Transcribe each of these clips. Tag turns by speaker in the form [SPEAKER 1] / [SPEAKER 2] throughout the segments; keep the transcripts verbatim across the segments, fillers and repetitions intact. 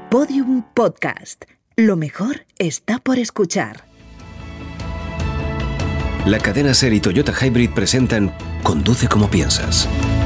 [SPEAKER 1] Podium Podcast. Lo mejor está por escuchar.
[SPEAKER 2] La cadena SER y Toyota Hybrid presentan Conduce como piensas.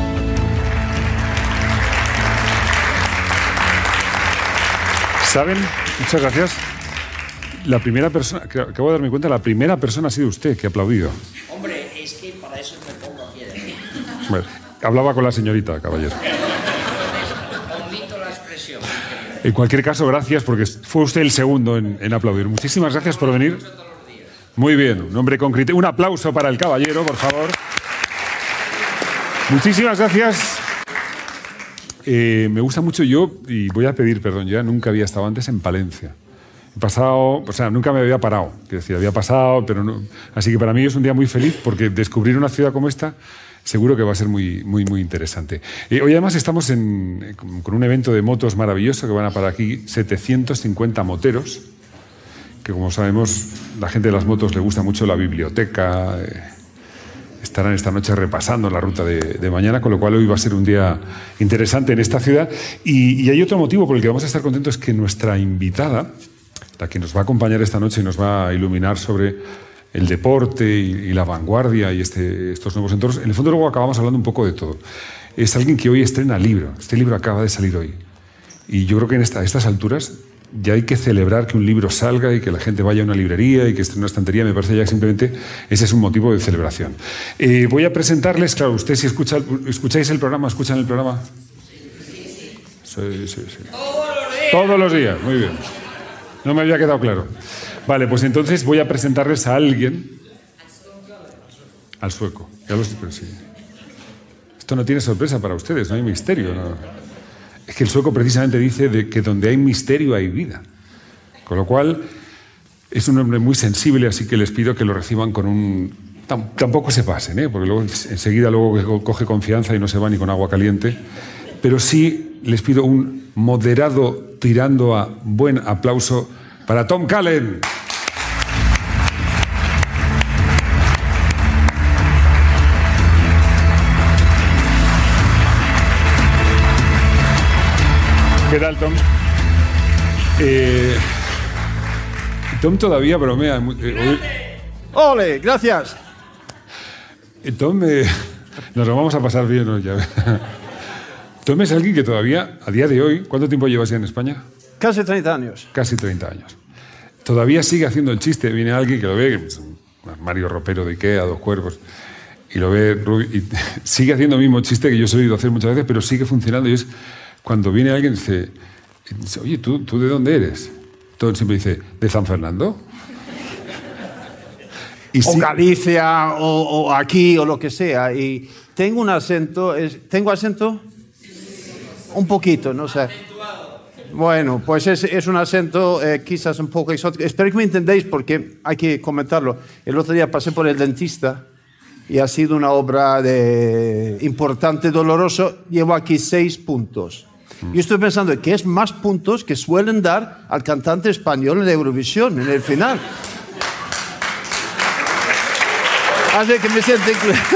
[SPEAKER 3] ¿Saben? Muchas gracias. La primera persona, acabo de darme cuenta, la primera persona ha sido usted que ha aplaudido.
[SPEAKER 4] Hombre, es que para eso me pongo aquí.
[SPEAKER 3] Bueno, hablaba con la señorita, caballero.
[SPEAKER 4] Omito la expresión.
[SPEAKER 3] En cualquier caso, gracias, porque fue usted el segundo en, en aplaudir. Muchísimas gracias por venir. Muy bien, un hombre con criterio. Un aplauso para el caballero, por favor. Muchísimas gracias. Eh, me gusta mucho yo, y voy a pedir perdón, yo ya nunca había estado antes en Palencia. He pasado, o sea, nunca me había parado. Quiero decir, había pasado, pero no. Así que para mí es un día muy feliz, porque descubrir una ciudad como esta seguro que va a ser muy, muy, muy interesante. Eh, hoy además estamos en, con un evento de motos maravilloso, que van a parar aquí setecientos cincuenta moteros, que como sabemos, la gente de las motos le gusta mucho la biblioteca. Eh, estarán esta noche repasando la ruta de, de mañana, con lo cual hoy va a ser un día interesante en esta ciudad. Y, y hay otro motivo por el que vamos a estar contentos, es que nuestra invitada, la que nos va a acompañar esta noche y nos va a iluminar sobre el deporte y, y la vanguardia y este, estos nuevos entornos, en el fondo luego acabamos hablando un poco de todo. Es alguien que hoy estrena libro. Este libro acaba de salir hoy. Y yo creo que en esta, a estas alturas ya hay que celebrar que un libro salga y que la gente vaya a una librería y que esté en una estantería. Me parece ya que simplemente ese es un motivo de celebración. Eh, voy a presentarles, claro, ustedes si escucha, escucháis el programa, ¿escuchan el programa? Sí, sí, sí. Todos los días. Todos los días, muy bien. No me había quedado claro. Vale, pues entonces voy a presentarles a alguien. Al sueco. Ya lo sé, pero sí. Esto no tiene sorpresa para ustedes, no hay misterio, ¿no? Es que el sueco precisamente dice de que donde hay misterio hay vida. Con lo cual, es un hombre muy sensible, así que les pido que lo reciban con un... Tampoco se pasen, ¿eh? Porque luego enseguida luego coge confianza y no se va ni con agua caliente. Pero sí les pido un moderado, tirando a buen aplauso para Tom Cullen. ¿Qué tal, Tom? Eh, Tom todavía bromea. Eh, hoy...
[SPEAKER 5] ¡Ole! ¡Gracias!
[SPEAKER 3] Eh, Tom, eh, nos lo vamos a pasar bien hoy, ya. Tom es alguien que todavía, a día de hoy, ¿cuánto tiempo llevas ya en España?
[SPEAKER 5] Casi treinta años.
[SPEAKER 3] Casi treinta años. Todavía sigue haciendo el chiste. Viene alguien que lo ve, que es un armario ropero de Ikea, dos cuerpos, y lo ve y sigue haciendo el mismo chiste que yo he oído hacer muchas veces, pero sigue funcionando. Y es cuando viene alguien y dice, dice oye, ¿tú, ¿tú de dónde eres? Tom siempre dice, ¿de San Fernando?
[SPEAKER 5] Y o sí, Galicia, o, o aquí, o lo que sea. Y tengo un acento... Es, ¿Tengo acento? Un poquito, no sé. Bueno, pues es, es un acento eh, quizás un poco exótico. Espero que me entendéis porque hay que comentarlo. El otro día pasé por el dentista y ha sido una obra de importante, doloroso. Llevo aquí seis puntos. Mm. Y estoy pensando que es más puntos que suelen dar al cantante español de Eurovisión en el final. Hace que me siente...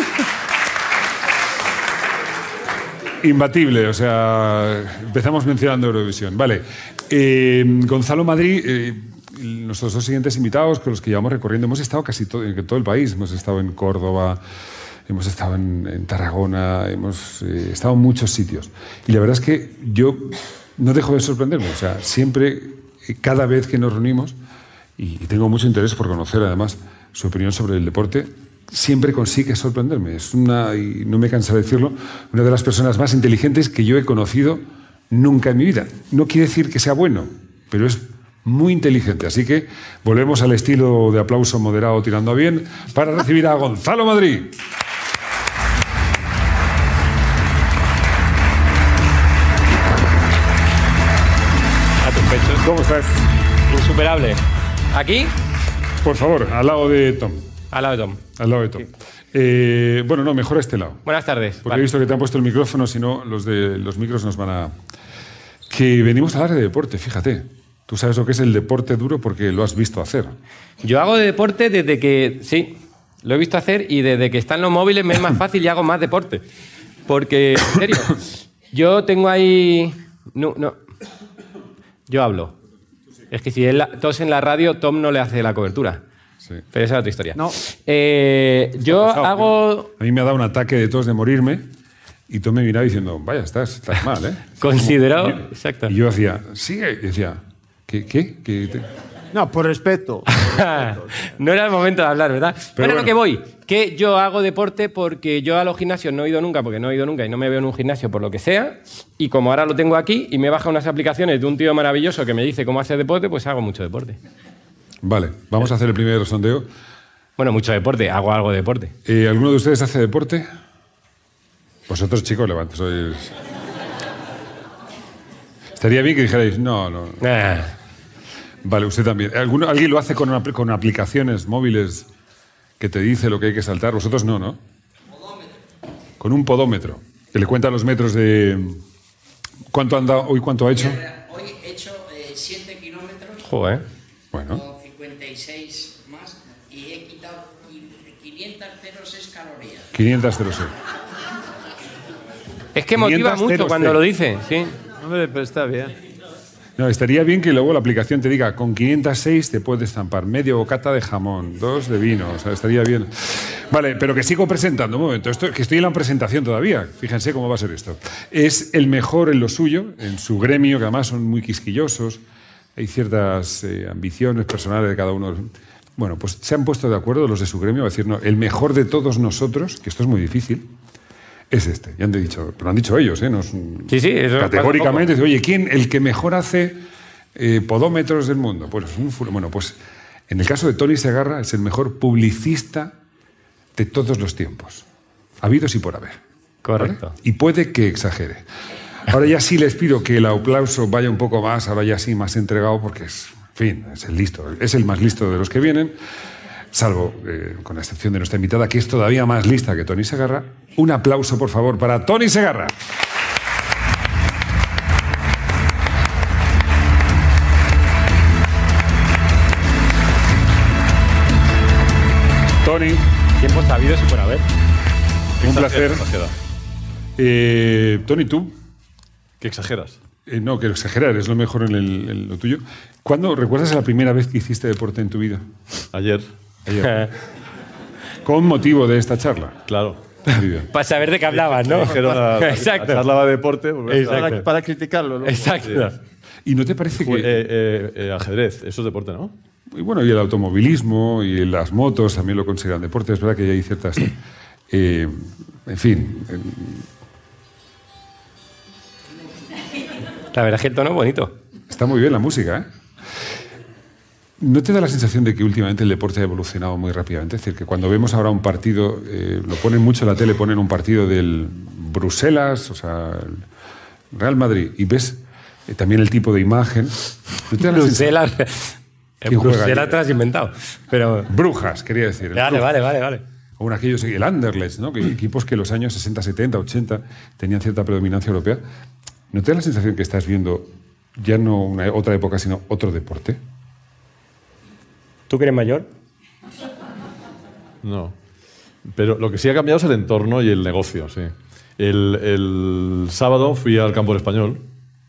[SPEAKER 3] Imbatible, o sea, empezamos mencionando Eurovisión. Vale, eh, Gonzalo Madrí, eh, nuestros dos siguientes invitados con los que llevamos recorriendo, hemos estado casi todo, en todo el país, hemos estado en Córdoba, hemos estado en, en Tarragona, hemos eh, estado en muchos sitios. Y la verdad es que yo no dejo de sorprenderme, o sea, siempre, cada vez que nos reunimos, y, y tengo mucho interés por conocer además su opinión sobre el deporte, siempre consigue sorprenderme. Es una, y no me cansaré de decirlo, una de las personas más inteligentes que yo he conocido nunca en mi vida. No quiere decir que sea bueno, pero es muy inteligente. Así que volvemos al estilo de aplauso moderado tirando a bien para recibir a Gonzalo Madrí.
[SPEAKER 6] A tus pechos.
[SPEAKER 3] ¿Cómo estás?
[SPEAKER 6] Insuperable. ¿Aquí?
[SPEAKER 3] Por favor, al lado de Tom.
[SPEAKER 6] Al lado de Tom.
[SPEAKER 3] Al lado de Tom.
[SPEAKER 6] Sí.
[SPEAKER 3] Eh, bueno, no, mejor a este lado.
[SPEAKER 6] Buenas tardes.
[SPEAKER 3] Porque
[SPEAKER 6] vale.
[SPEAKER 3] he visto que te han puesto el micrófono, si no, los de los micros nos van a... Que venimos a hablar de deporte, fíjate. Tú sabes lo que es el deporte duro porque lo has visto hacer.
[SPEAKER 6] Yo hago de deporte desde que... Sí, lo he visto hacer y desde que están los móviles me es más fácil y hago más deporte. Porque, en serio, yo tengo ahí... No, no. Yo hablo. Es que si él tos en la radio, Tom no le hace la cobertura.
[SPEAKER 3] Sí.
[SPEAKER 6] Pero esa es otra historia.
[SPEAKER 5] No.
[SPEAKER 6] Eh, yo
[SPEAKER 3] Pasado,
[SPEAKER 6] hago...
[SPEAKER 3] A mí me ha dado un ataque de tos de morirme y tú me miraba diciendo, vaya, estás, estás mal, ¿eh?
[SPEAKER 6] Considerado...
[SPEAKER 3] Como-
[SPEAKER 6] Exacto.
[SPEAKER 3] Y yo hacía, sigue. Y decía, ¿qué? ¿Qué? ¿Qué te-
[SPEAKER 5] No, por respeto.
[SPEAKER 6] No era el momento de hablar, ¿verdad? Pero bueno,
[SPEAKER 3] bueno.
[SPEAKER 6] lo que voy, que yo hago deporte porque yo a los gimnasios no he ido nunca, porque no he ido nunca y no me veo en un gimnasio por lo que sea, y como ahora lo tengo aquí y me baja unas aplicaciones de un tío maravilloso que me dice cómo hacer deporte, pues hago mucho deporte.
[SPEAKER 3] Vale, vamos a hacer el primer sondeo.
[SPEAKER 6] Bueno, mucho deporte, hago algo de deporte.
[SPEAKER 3] Eh, ¿Alguno de ustedes hace deporte? Vosotros, chicos, levantaos. Sois... Estaría bien que dijerais, no, no.
[SPEAKER 6] Ah,
[SPEAKER 3] Vale, usted también. ¿Alguno, ¿Alguien lo hace con, apl- con aplicaciones móviles que te dice lo que hay que saltar? Vosotros no, ¿no? Con un podómetro, que le cuenta los metros de... ¿Cuánto anda hoy? ¿Cuánto ha hecho?
[SPEAKER 4] Hoy he hecho siete kilómetros
[SPEAKER 6] joder.
[SPEAKER 3] Bueno,
[SPEAKER 4] con cincuenta y seis más y he quitado quinientos seis calorías.
[SPEAKER 3] quinientos cero seis.
[SPEAKER 6] Es que motiva
[SPEAKER 3] quinientos
[SPEAKER 6] mucho
[SPEAKER 3] cero
[SPEAKER 6] cuando
[SPEAKER 3] seis.
[SPEAKER 6] lo dice, sí.
[SPEAKER 5] Hombre, pero está bien.
[SPEAKER 3] No, estaría bien que luego la aplicación te diga, con quinientos seis te puedes estampar medio bocata de jamón, dos de vino, o sea, estaría bien. Vale, pero que sigo presentando, un momento, esto, que estoy en la presentación todavía, fíjense cómo va a ser esto. Es el mejor en lo suyo, en su gremio, que además son muy quisquillosos, hay ciertas eh, ambiciones personales de cada uno. Bueno, pues se han puesto de acuerdo los de su gremio a decir, no, el mejor de todos nosotros, que esto es muy difícil, es este. Ya han dicho, pero han dicho ellos, ¿eh? No es un-
[SPEAKER 6] Sí, sí, eso
[SPEAKER 3] categóricamente. Dice, oye, ¿quién el que mejor hace eh, podómetros del mundo? Pues es un ful- bueno, pues en el caso de Tony Segarra es el mejor publicista de todos los tiempos, habidos y por haber.
[SPEAKER 6] Correcto.
[SPEAKER 3] ¿Vale? Y puede que exagere. Ahora ya sí les pido que el aplauso vaya un poco más, ahora ya sí más entregado, porque es, en fin, es el listo, es el más listo de los que vienen. Salvo, eh, con la excepción de nuestra invitada, que es todavía más lista que Tony Segarra. Un aplauso, por favor, para Tony Segarra. Tony,
[SPEAKER 6] Tiempo sabido y por haber.
[SPEAKER 3] un placer.
[SPEAKER 7] Exagera.
[SPEAKER 3] Eh, Tony, tú,
[SPEAKER 7] ¿Qué exageras?
[SPEAKER 3] eh, no, que exagerar, es lo mejor en, el- en lo tuyo. ¿Cuándo recuerdas la primera vez que hiciste deporte en tu vida?
[SPEAKER 7] Ayer,
[SPEAKER 3] Con motivo de esta charla.
[SPEAKER 7] claro.
[SPEAKER 3] Muy bien.
[SPEAKER 6] Para saber de qué hablabas, ¿no?
[SPEAKER 7] Dijeron a, a
[SPEAKER 6] Exacto.
[SPEAKER 7] charla de deporte. pues,
[SPEAKER 6] Exacto.
[SPEAKER 5] Para, para criticarlo, ¿no?
[SPEAKER 6] Exacto.
[SPEAKER 3] ¿Y no te parece
[SPEAKER 7] Fue,
[SPEAKER 3] que...
[SPEAKER 7] eh, eh, eh, ajedrez, eso es deporte, ¿no?
[SPEAKER 3] Y bueno, y el automovilismo y las motos también lo consideran deporte. Es verdad que hay ciertas... eh, en fin, eh,
[SPEAKER 6] La verdad es que el tono es bonito.
[SPEAKER 3] está muy bien la música, ¿eh? ¿No te da la sensación de que últimamente el deporte ha evolucionado muy rápidamente? Es decir, que cuando vemos ahora un partido, eh, lo ponen mucho en la tele, ponen un partido del Bruselas, o sea, el Real Madrid, y ves eh, también el tipo de imagen. ¿No te da la
[SPEAKER 6] Bruselas.
[SPEAKER 3] ¿Quién juega
[SPEAKER 6] Bruselas
[SPEAKER 3] allí?
[SPEAKER 6] te lo has inventado. Pero.
[SPEAKER 3] Brujas, quería decir. el
[SPEAKER 6] Vale,
[SPEAKER 3] Brujas.
[SPEAKER 6] vale, vale, vale.
[SPEAKER 3] O un aquellos, el Anderlecht, ¿no? Que equipos que en los años sesenta, setenta, ochenta tenían cierta predominancia europea. ¿No te da la sensación que estás viendo ya no una, otra época, sino otro deporte?
[SPEAKER 6] ¿Tú que eres mayor?
[SPEAKER 7] No. Pero lo que sí ha cambiado es el entorno y el negocio, sí. El, el sábado fui al campo del Español.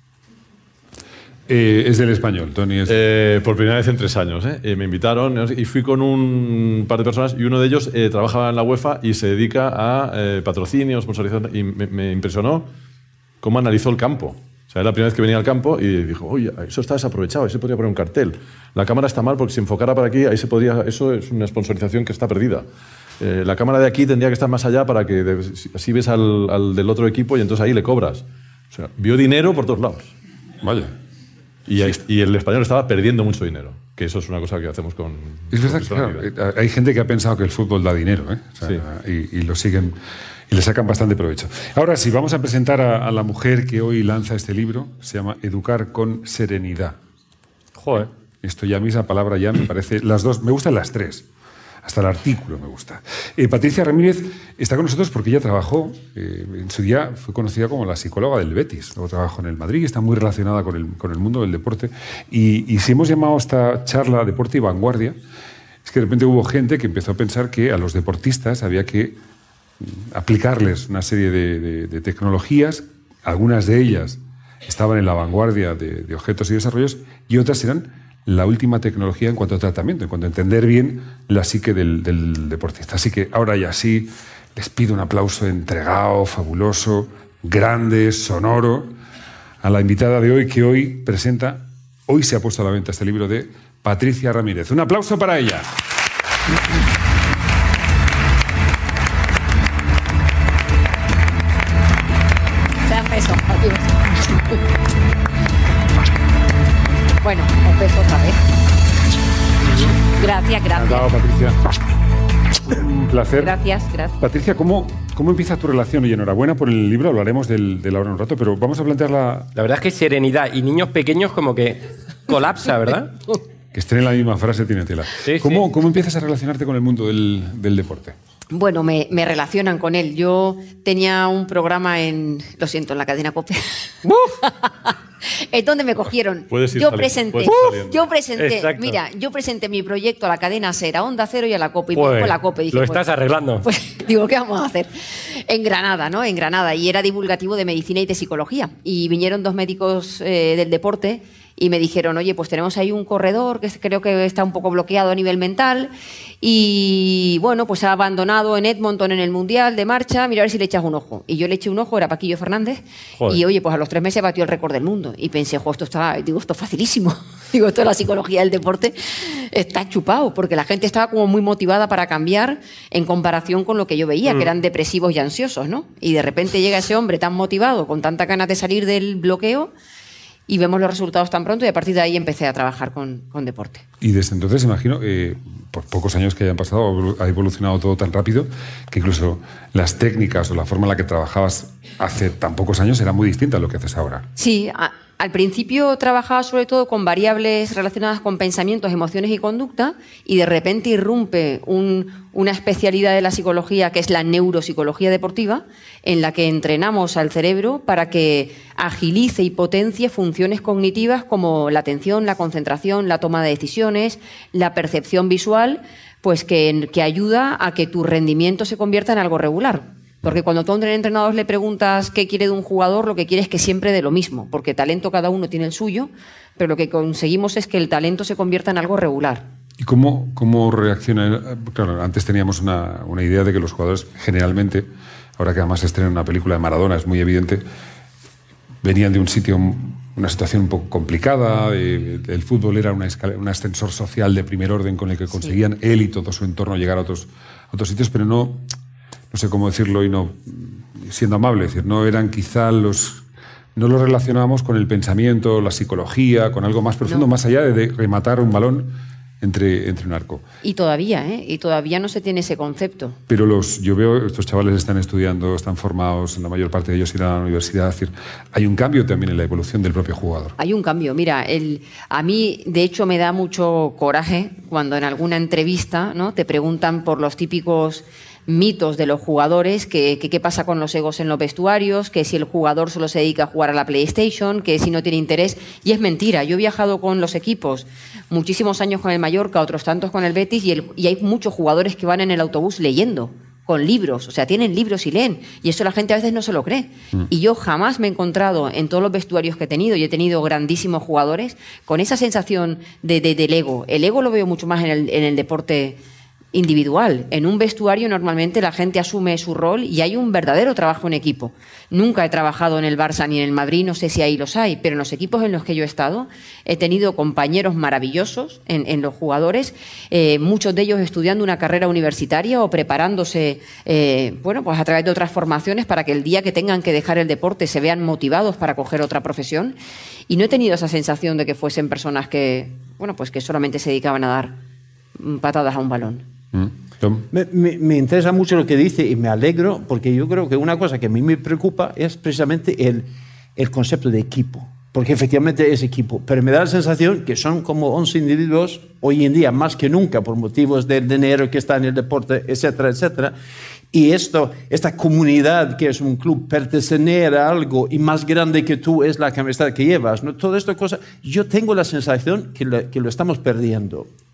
[SPEAKER 3] Eh, es del Español, Tony. Es...
[SPEAKER 7] Eh, por primera vez en tres años. ¿eh? Eh, me invitaron no sé, y fui con un par de personas y uno de ellos eh, trabaja en la UEFA y se dedica a eh, patrocinios, sponsorización. Y me, me impresionó cómo analizó el campo. O sea, era la primera vez que venía al campo y dijo, oye, eso está desaprovechado, ahí se podría poner un cartel. La cámara está mal porque si enfocara para aquí, ahí se podría... Eso es una sponsorización que está perdida. Eh, la cámara de aquí tendría que estar más allá para que de- así ves al, al del otro equipo y entonces ahí le cobras. O sea, vio dinero por todos lados.
[SPEAKER 3] Vaya.
[SPEAKER 7] Y, y el español estaba perdiendo mucho dinero, que eso es una cosa que hacemos con...
[SPEAKER 3] Es verdad que
[SPEAKER 7] con
[SPEAKER 3] claro,
[SPEAKER 7] personalidad.
[SPEAKER 3] eh, hay gente que ha pensado que el fútbol da dinero, ¿eh? O sea,
[SPEAKER 7] Sí.
[SPEAKER 3] y, y lo siguen y le sacan bastante provecho. Ahora sí, vamos a presentar a, a la mujer que hoy lanza este libro. Se llama Educar con Serenidad.
[SPEAKER 6] Joder.
[SPEAKER 3] Esto ya a mí esa palabra ya me parece... Las dos, me gustan las tres. Hasta el artículo me gusta. Eh, Patricia Ramírez está con nosotros porque ella trabajó, eh, en su día fue conocida como la psicóloga del Betis. Luego trabajó en el Madrid, está muy relacionada con el, con el mundo del deporte. Y, y si hemos llamado esta charla Deporte y Vanguardia, es que de repente hubo gente que empezó a pensar que a los deportistas había que mm, aplicarles una serie de, de, de tecnologías, algunas de ellas estaban en la vanguardia de, de objetos y desarrollos, y otras eran la última tecnología en cuanto a tratamiento, en cuanto a entender bien la psique del, del deportista. Así que ahora ya sí, les pido un aplauso entregado, fabuloso, grande, sonoro, a la invitada de hoy, que hoy presenta, hoy se ha puesto a la venta este libro de Patricia Ramírez. Un aplauso para ella.
[SPEAKER 8] Bueno, un beso otra vez. Gracias, gracias.
[SPEAKER 3] Encantado, Patricia. Un placer.
[SPEAKER 8] Gracias, gracias.
[SPEAKER 3] Patricia, ¿cómo, cómo empieza tu relación? Y enhorabuena por el libro, hablaremos del, del ahora en un rato, pero vamos a plantear la...
[SPEAKER 6] La verdad es que serenidad y niños pequeños como que colapsa, ¿verdad?
[SPEAKER 3] Que estén en la misma frase tiene tela.
[SPEAKER 6] Sí,
[SPEAKER 3] ¿Cómo,
[SPEAKER 6] sí.
[SPEAKER 3] ¿Cómo empiezas a relacionarte con el mundo del, del deporte?
[SPEAKER 8] Bueno, me, me relacionan con él. Yo tenía un programa en, lo siento, en la cadena COPE. Es donde me cogieron.
[SPEAKER 7] Puedes ir
[SPEAKER 8] yo
[SPEAKER 7] saliendo,
[SPEAKER 8] presenté,
[SPEAKER 7] puedes ir saliendo.
[SPEAKER 8] yo presenté,
[SPEAKER 6] Exacto.
[SPEAKER 8] mira, yo presenté mi proyecto a la cadena SER, a Onda Cero y a la COPE. Y
[SPEAKER 6] Pues,
[SPEAKER 8] me fue la COPE. Dije,
[SPEAKER 6] lo
[SPEAKER 8] pues,
[SPEAKER 6] estás arreglando.
[SPEAKER 8] Pues digo, ¿qué vamos a hacer? En Granada, ¿no? En Granada. Y era divulgativo de medicina y de psicología. Y vinieron dos médicos eh, del deporte y me dijeron, oye, pues tenemos ahí un corredor que creo que está un poco bloqueado a nivel mental y, bueno, pues ha abandonado en Edmonton en el Mundial de marcha, mira a ver si le echas un ojo. Y yo le eché un ojo, era Paquillo Fernández,
[SPEAKER 6] Joder.
[SPEAKER 8] y, oye, pues a los tres meses batió el récord del mundo. Y pensé, jo, esto está, digo, esto es facilísimo. Digo, esto de la psicología del deporte está chupado, porque la gente estaba como muy motivada para cambiar en comparación con lo que yo veía,
[SPEAKER 6] Mm.
[SPEAKER 8] que eran depresivos y ansiosos, ¿no? Y de repente llega ese hombre tan motivado, con tanta ganas de salir del bloqueo, y vemos los resultados tan pronto, y a partir de ahí empecé a trabajar con, con deporte.
[SPEAKER 3] Y desde entonces, imagino, eh, por pocos años que hayan pasado, ha evolucionado todo tan rápido que incluso las técnicas o la forma en la que trabajabas hace tan pocos años era muy distinta a lo que haces ahora.
[SPEAKER 8] Sí, a- al principio trabajaba sobre todo con variables relacionadas con pensamientos, emociones y conducta, y de repente irrumpe un- una especialidad de la psicología que es la neuropsicología deportiva, en la que entrenamos al cerebro para que agilice y potencie funciones cognitivas como la atención, la concentración, la toma de decisiones, la percepción visual, pues que, que ayuda a que tu rendimiento se convierta en algo regular. Porque cuando tú a un entrenador le preguntas qué quiere de un jugador, lo que quiere es que siempre dé lo mismo, porque talento cada uno tiene el suyo, pero lo que conseguimos es que el talento se convierta en algo regular.
[SPEAKER 3] ¿Y cómo, cómo reacciona? Claro, antes teníamos una, una idea de que los jugadores generalmente, ahora que además se estrena una película de Maradona, es muy evidente, venían de un sitio, una situación un poco complicada, eh, el fútbol era una escala- un ascensor social de primer orden con el que conseguían él y todo su entorno llegar a otros, a otros sitios, pero no, no sé cómo decirlo y no, siendo amable, es decir, no eran quizá los... No lo relacionábamos con el pensamiento, la psicología, con algo más profundo,
[SPEAKER 8] No.
[SPEAKER 3] más allá de, de rematar un balón entre, entre un arco.
[SPEAKER 8] Y todavía, ¿eh? Y todavía no se tiene ese concepto.
[SPEAKER 3] Pero los, yo veo, estos chavales están estudiando, están formados, la mayor parte de ellos irán a la universidad. Es decir, hay un cambio también en la evolución del propio jugador.
[SPEAKER 8] Hay un cambio. Mira, el, a mí, de hecho, me da mucho coraje cuando en alguna entrevista, ¿no?, te preguntan por los típicos mitos de los jugadores, que, que qué pasa con los egos en los vestuarios, que si el jugador solo se dedica a jugar a la PlayStation, que si no tiene interés. Y es mentira. Yo he viajado con los equipos muchísimos años con el Mallorca, otros tantos con el Betis, y, el, y hay muchos jugadores que van en el autobús leyendo, con libros, o sea, tienen libros y leen, y eso la gente a veces no se lo cree. Mm. Y yo jamás me he encontrado en todos los vestuarios que he tenido, y he tenido grandísimos jugadores, con esa sensación de, de, del ego. El ego lo veo mucho más en el, en el deporte individual. En un vestuario normalmente la gente asume su rol y hay un verdadero trabajo en equipo. Nunca he trabajado en el Barça ni en el Madrid, no sé si ahí los hay, pero en los equipos en los que yo he estado he tenido compañeros maravillosos en, en los jugadores, eh, muchos de ellos estudiando una carrera universitaria o preparándose, eh, bueno, pues a través de otras formaciones para que el día que tengan que dejar el deporte se vean motivados para coger otra profesión, y no he tenido esa sensación de que fuesen personas que, bueno, pues que solamente se dedicaban a dar patadas a un balón.
[SPEAKER 5] Me, me, me interesa mucho lo que dice y me alegro, porque yo creo que una cosa que a mí me preocupa es precisamente el, el concepto de equipo, porque efectivamente es equipo, pero me da la sensación que son como once individuos hoy en día, más que nunca, por motivos del dinero que está en el deporte, etcétera, etcétera. Y esto, esta comunidad que es un club, pertenecer a algo y más grande que tú es la camiseta que llevas, ¿no? Todo esto cosa, yo tengo la sensación que lo, que lo estamos perdiendo.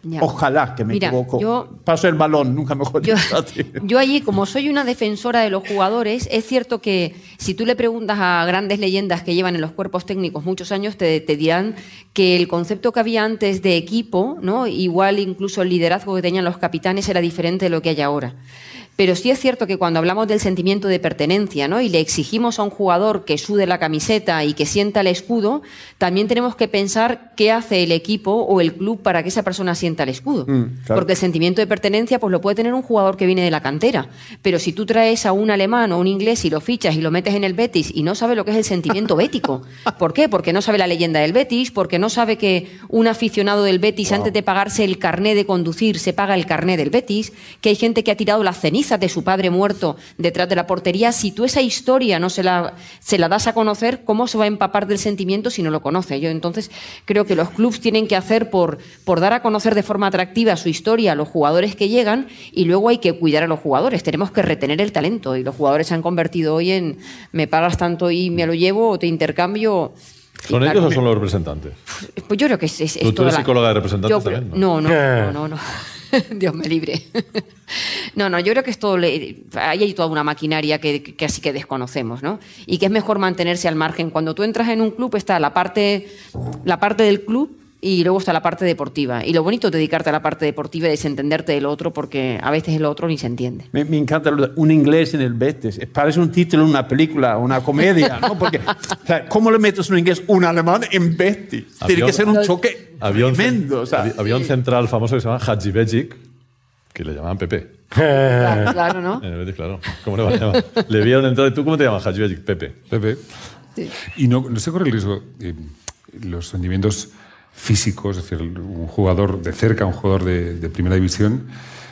[SPEAKER 8] Ya.
[SPEAKER 5] Ojalá que me
[SPEAKER 8] Mira,
[SPEAKER 5] equivoco.
[SPEAKER 8] yo-
[SPEAKER 5] Paso el balón, nunca mejor
[SPEAKER 8] Yo,
[SPEAKER 5] dicho.
[SPEAKER 8] yo allí, como soy una defensora de los jugadores, es cierto que si tú le preguntas a grandes leyendas que llevan en los cuerpos técnicos muchos años, te, te dirán que el concepto que había antes de equipo, ¿no? Igual incluso el liderazgo que tenían los capitanes era diferente de lo que hay ahora. Pero sí es cierto que cuando hablamos del sentimiento de pertenencia, ¿no? Y le exigimos a un jugador que sude la camiseta y que sienta el escudo, también tenemos que pensar qué hace el equipo o el club para que esa persona sienta el escudo.
[SPEAKER 5] Mm, claro.
[SPEAKER 8] Porque el sentimiento de pertenencia pues lo puede tener un jugador que viene de la cantera. Pero si tú traes a un alemán o un inglés y lo fichas y lo metes en el Betis y no sabe lo que es el sentimiento bético. ¿Por qué? Porque no sabe la leyenda del Betis, porque no sabe que un aficionado del Betis, wow, antes de pagarse el carné de conducir, se paga el carné del Betis, que hay gente que ha tirado las cenizas de su padre muerto detrás de la portería. Si tú esa historia no se la, se la das a conocer, ¿cómo se va a empapar del sentimiento si no lo conoce? Yo entonces creo que los clubs tienen que hacer por, por dar a conocer de forma atractiva su historia a los jugadores que llegan, y luego hay que cuidar a los jugadores. Tenemos que retener el talento, y los jugadores se han convertido hoy en me pagas tanto y me lo llevo o te intercambio.
[SPEAKER 7] ¿Son ellos o son los representantes?
[SPEAKER 8] Pues yo creo que es, es, es
[SPEAKER 7] ¿Tú, tú
[SPEAKER 8] toda
[SPEAKER 7] eres
[SPEAKER 8] la-
[SPEAKER 7] psicóloga de representantes
[SPEAKER 8] Yo-
[SPEAKER 7] también?
[SPEAKER 8] No, no, no, no, no. Dios me libre. No, no, yo creo que es todo, le- ahí hay toda una maquinaria que, que así que desconocemos, ¿no? Y que es mejor mantenerse al margen. Cuando tú entras en un club está la parte, la parte del club y luego está la parte deportiva. Y lo bonito es dedicarte a la parte deportiva y desentenderte del otro, porque a veces el otro ni se entiende.
[SPEAKER 5] Me, me encanta lo de un inglés en el Betis. Parece un título de una película, una comedia, ¿no? Porque, o sea, ¿cómo le metes un inglés, un alemán en Betis? Tiene
[SPEAKER 7] Avión-
[SPEAKER 5] que ser un choque
[SPEAKER 7] Había un,
[SPEAKER 5] tremendo. O sea,
[SPEAKER 7] había- había un central famoso que se llama Hadzibejic, que le llamaban Pepe.
[SPEAKER 8] Claro, claro, ¿no?
[SPEAKER 7] En el Betis, claro. ¿Cómo le van a llamar? Le vieron entrar y ¿tú cómo te llamas? Hadzibejic, Pepe.
[SPEAKER 3] Pepe.
[SPEAKER 8] Sí.
[SPEAKER 3] Y no, no se corre el riesgo, eh, los sentimientos físicos, es decir, un jugador de cerca, un jugador de, de primera división,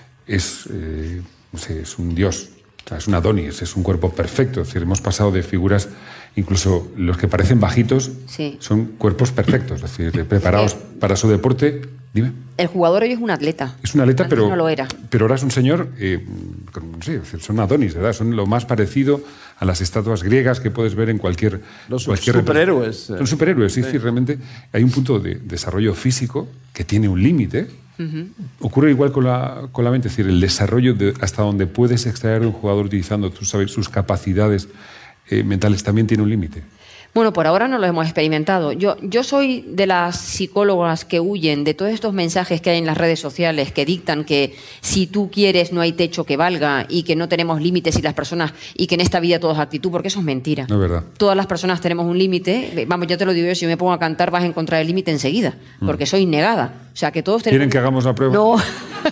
[SPEAKER 3] es, eh, no sé, es un dios, o sea, es un Adonis, es un cuerpo perfecto. Es decir, hemos pasado de figuras, incluso los que parecen bajitos,
[SPEAKER 8] Sí.
[SPEAKER 3] son cuerpos perfectos, es decir, preparados para su deporte. Dime.
[SPEAKER 8] El jugador hoy es un atleta.
[SPEAKER 3] Es un atleta,
[SPEAKER 8] Antes
[SPEAKER 3] pero,
[SPEAKER 8] no lo era.
[SPEAKER 3] pero ahora es un señor, eh, con- no sé, es decir, son Adonis, ¿verdad? Son lo más parecido a las estatuas griegas que puedes ver en cualquier...
[SPEAKER 5] Los
[SPEAKER 3] cualquier
[SPEAKER 5] superhéroes.
[SPEAKER 3] Son superhéroes, sí, sí, realmente hay un punto de desarrollo físico que tiene un límite. Ocurre igual con la, con la mente, es decir, el desarrollo de hasta donde puedes extraer de un jugador utilizando tus, saber, sus capacidades eh, mentales también tiene un límite.
[SPEAKER 8] Bueno, por ahora no lo hemos experimentado. Yo, yo soy de las psicólogas que huyen de todos estos mensajes que hay en las redes sociales que dictan que si tú quieres no hay techo que valga y que no tenemos límites y las personas y que en esta vida todo es actitud, porque eso es mentira.
[SPEAKER 3] No es verdad.
[SPEAKER 8] Todas las personas tenemos un límite. Vamos, ya te lo digo yo, si yo me pongo a cantar vas a encontrar el límite enseguida, porque soy negada. O sea, que todos tenemos...
[SPEAKER 3] ¿Quieren que hagamos la prueba?
[SPEAKER 8] No.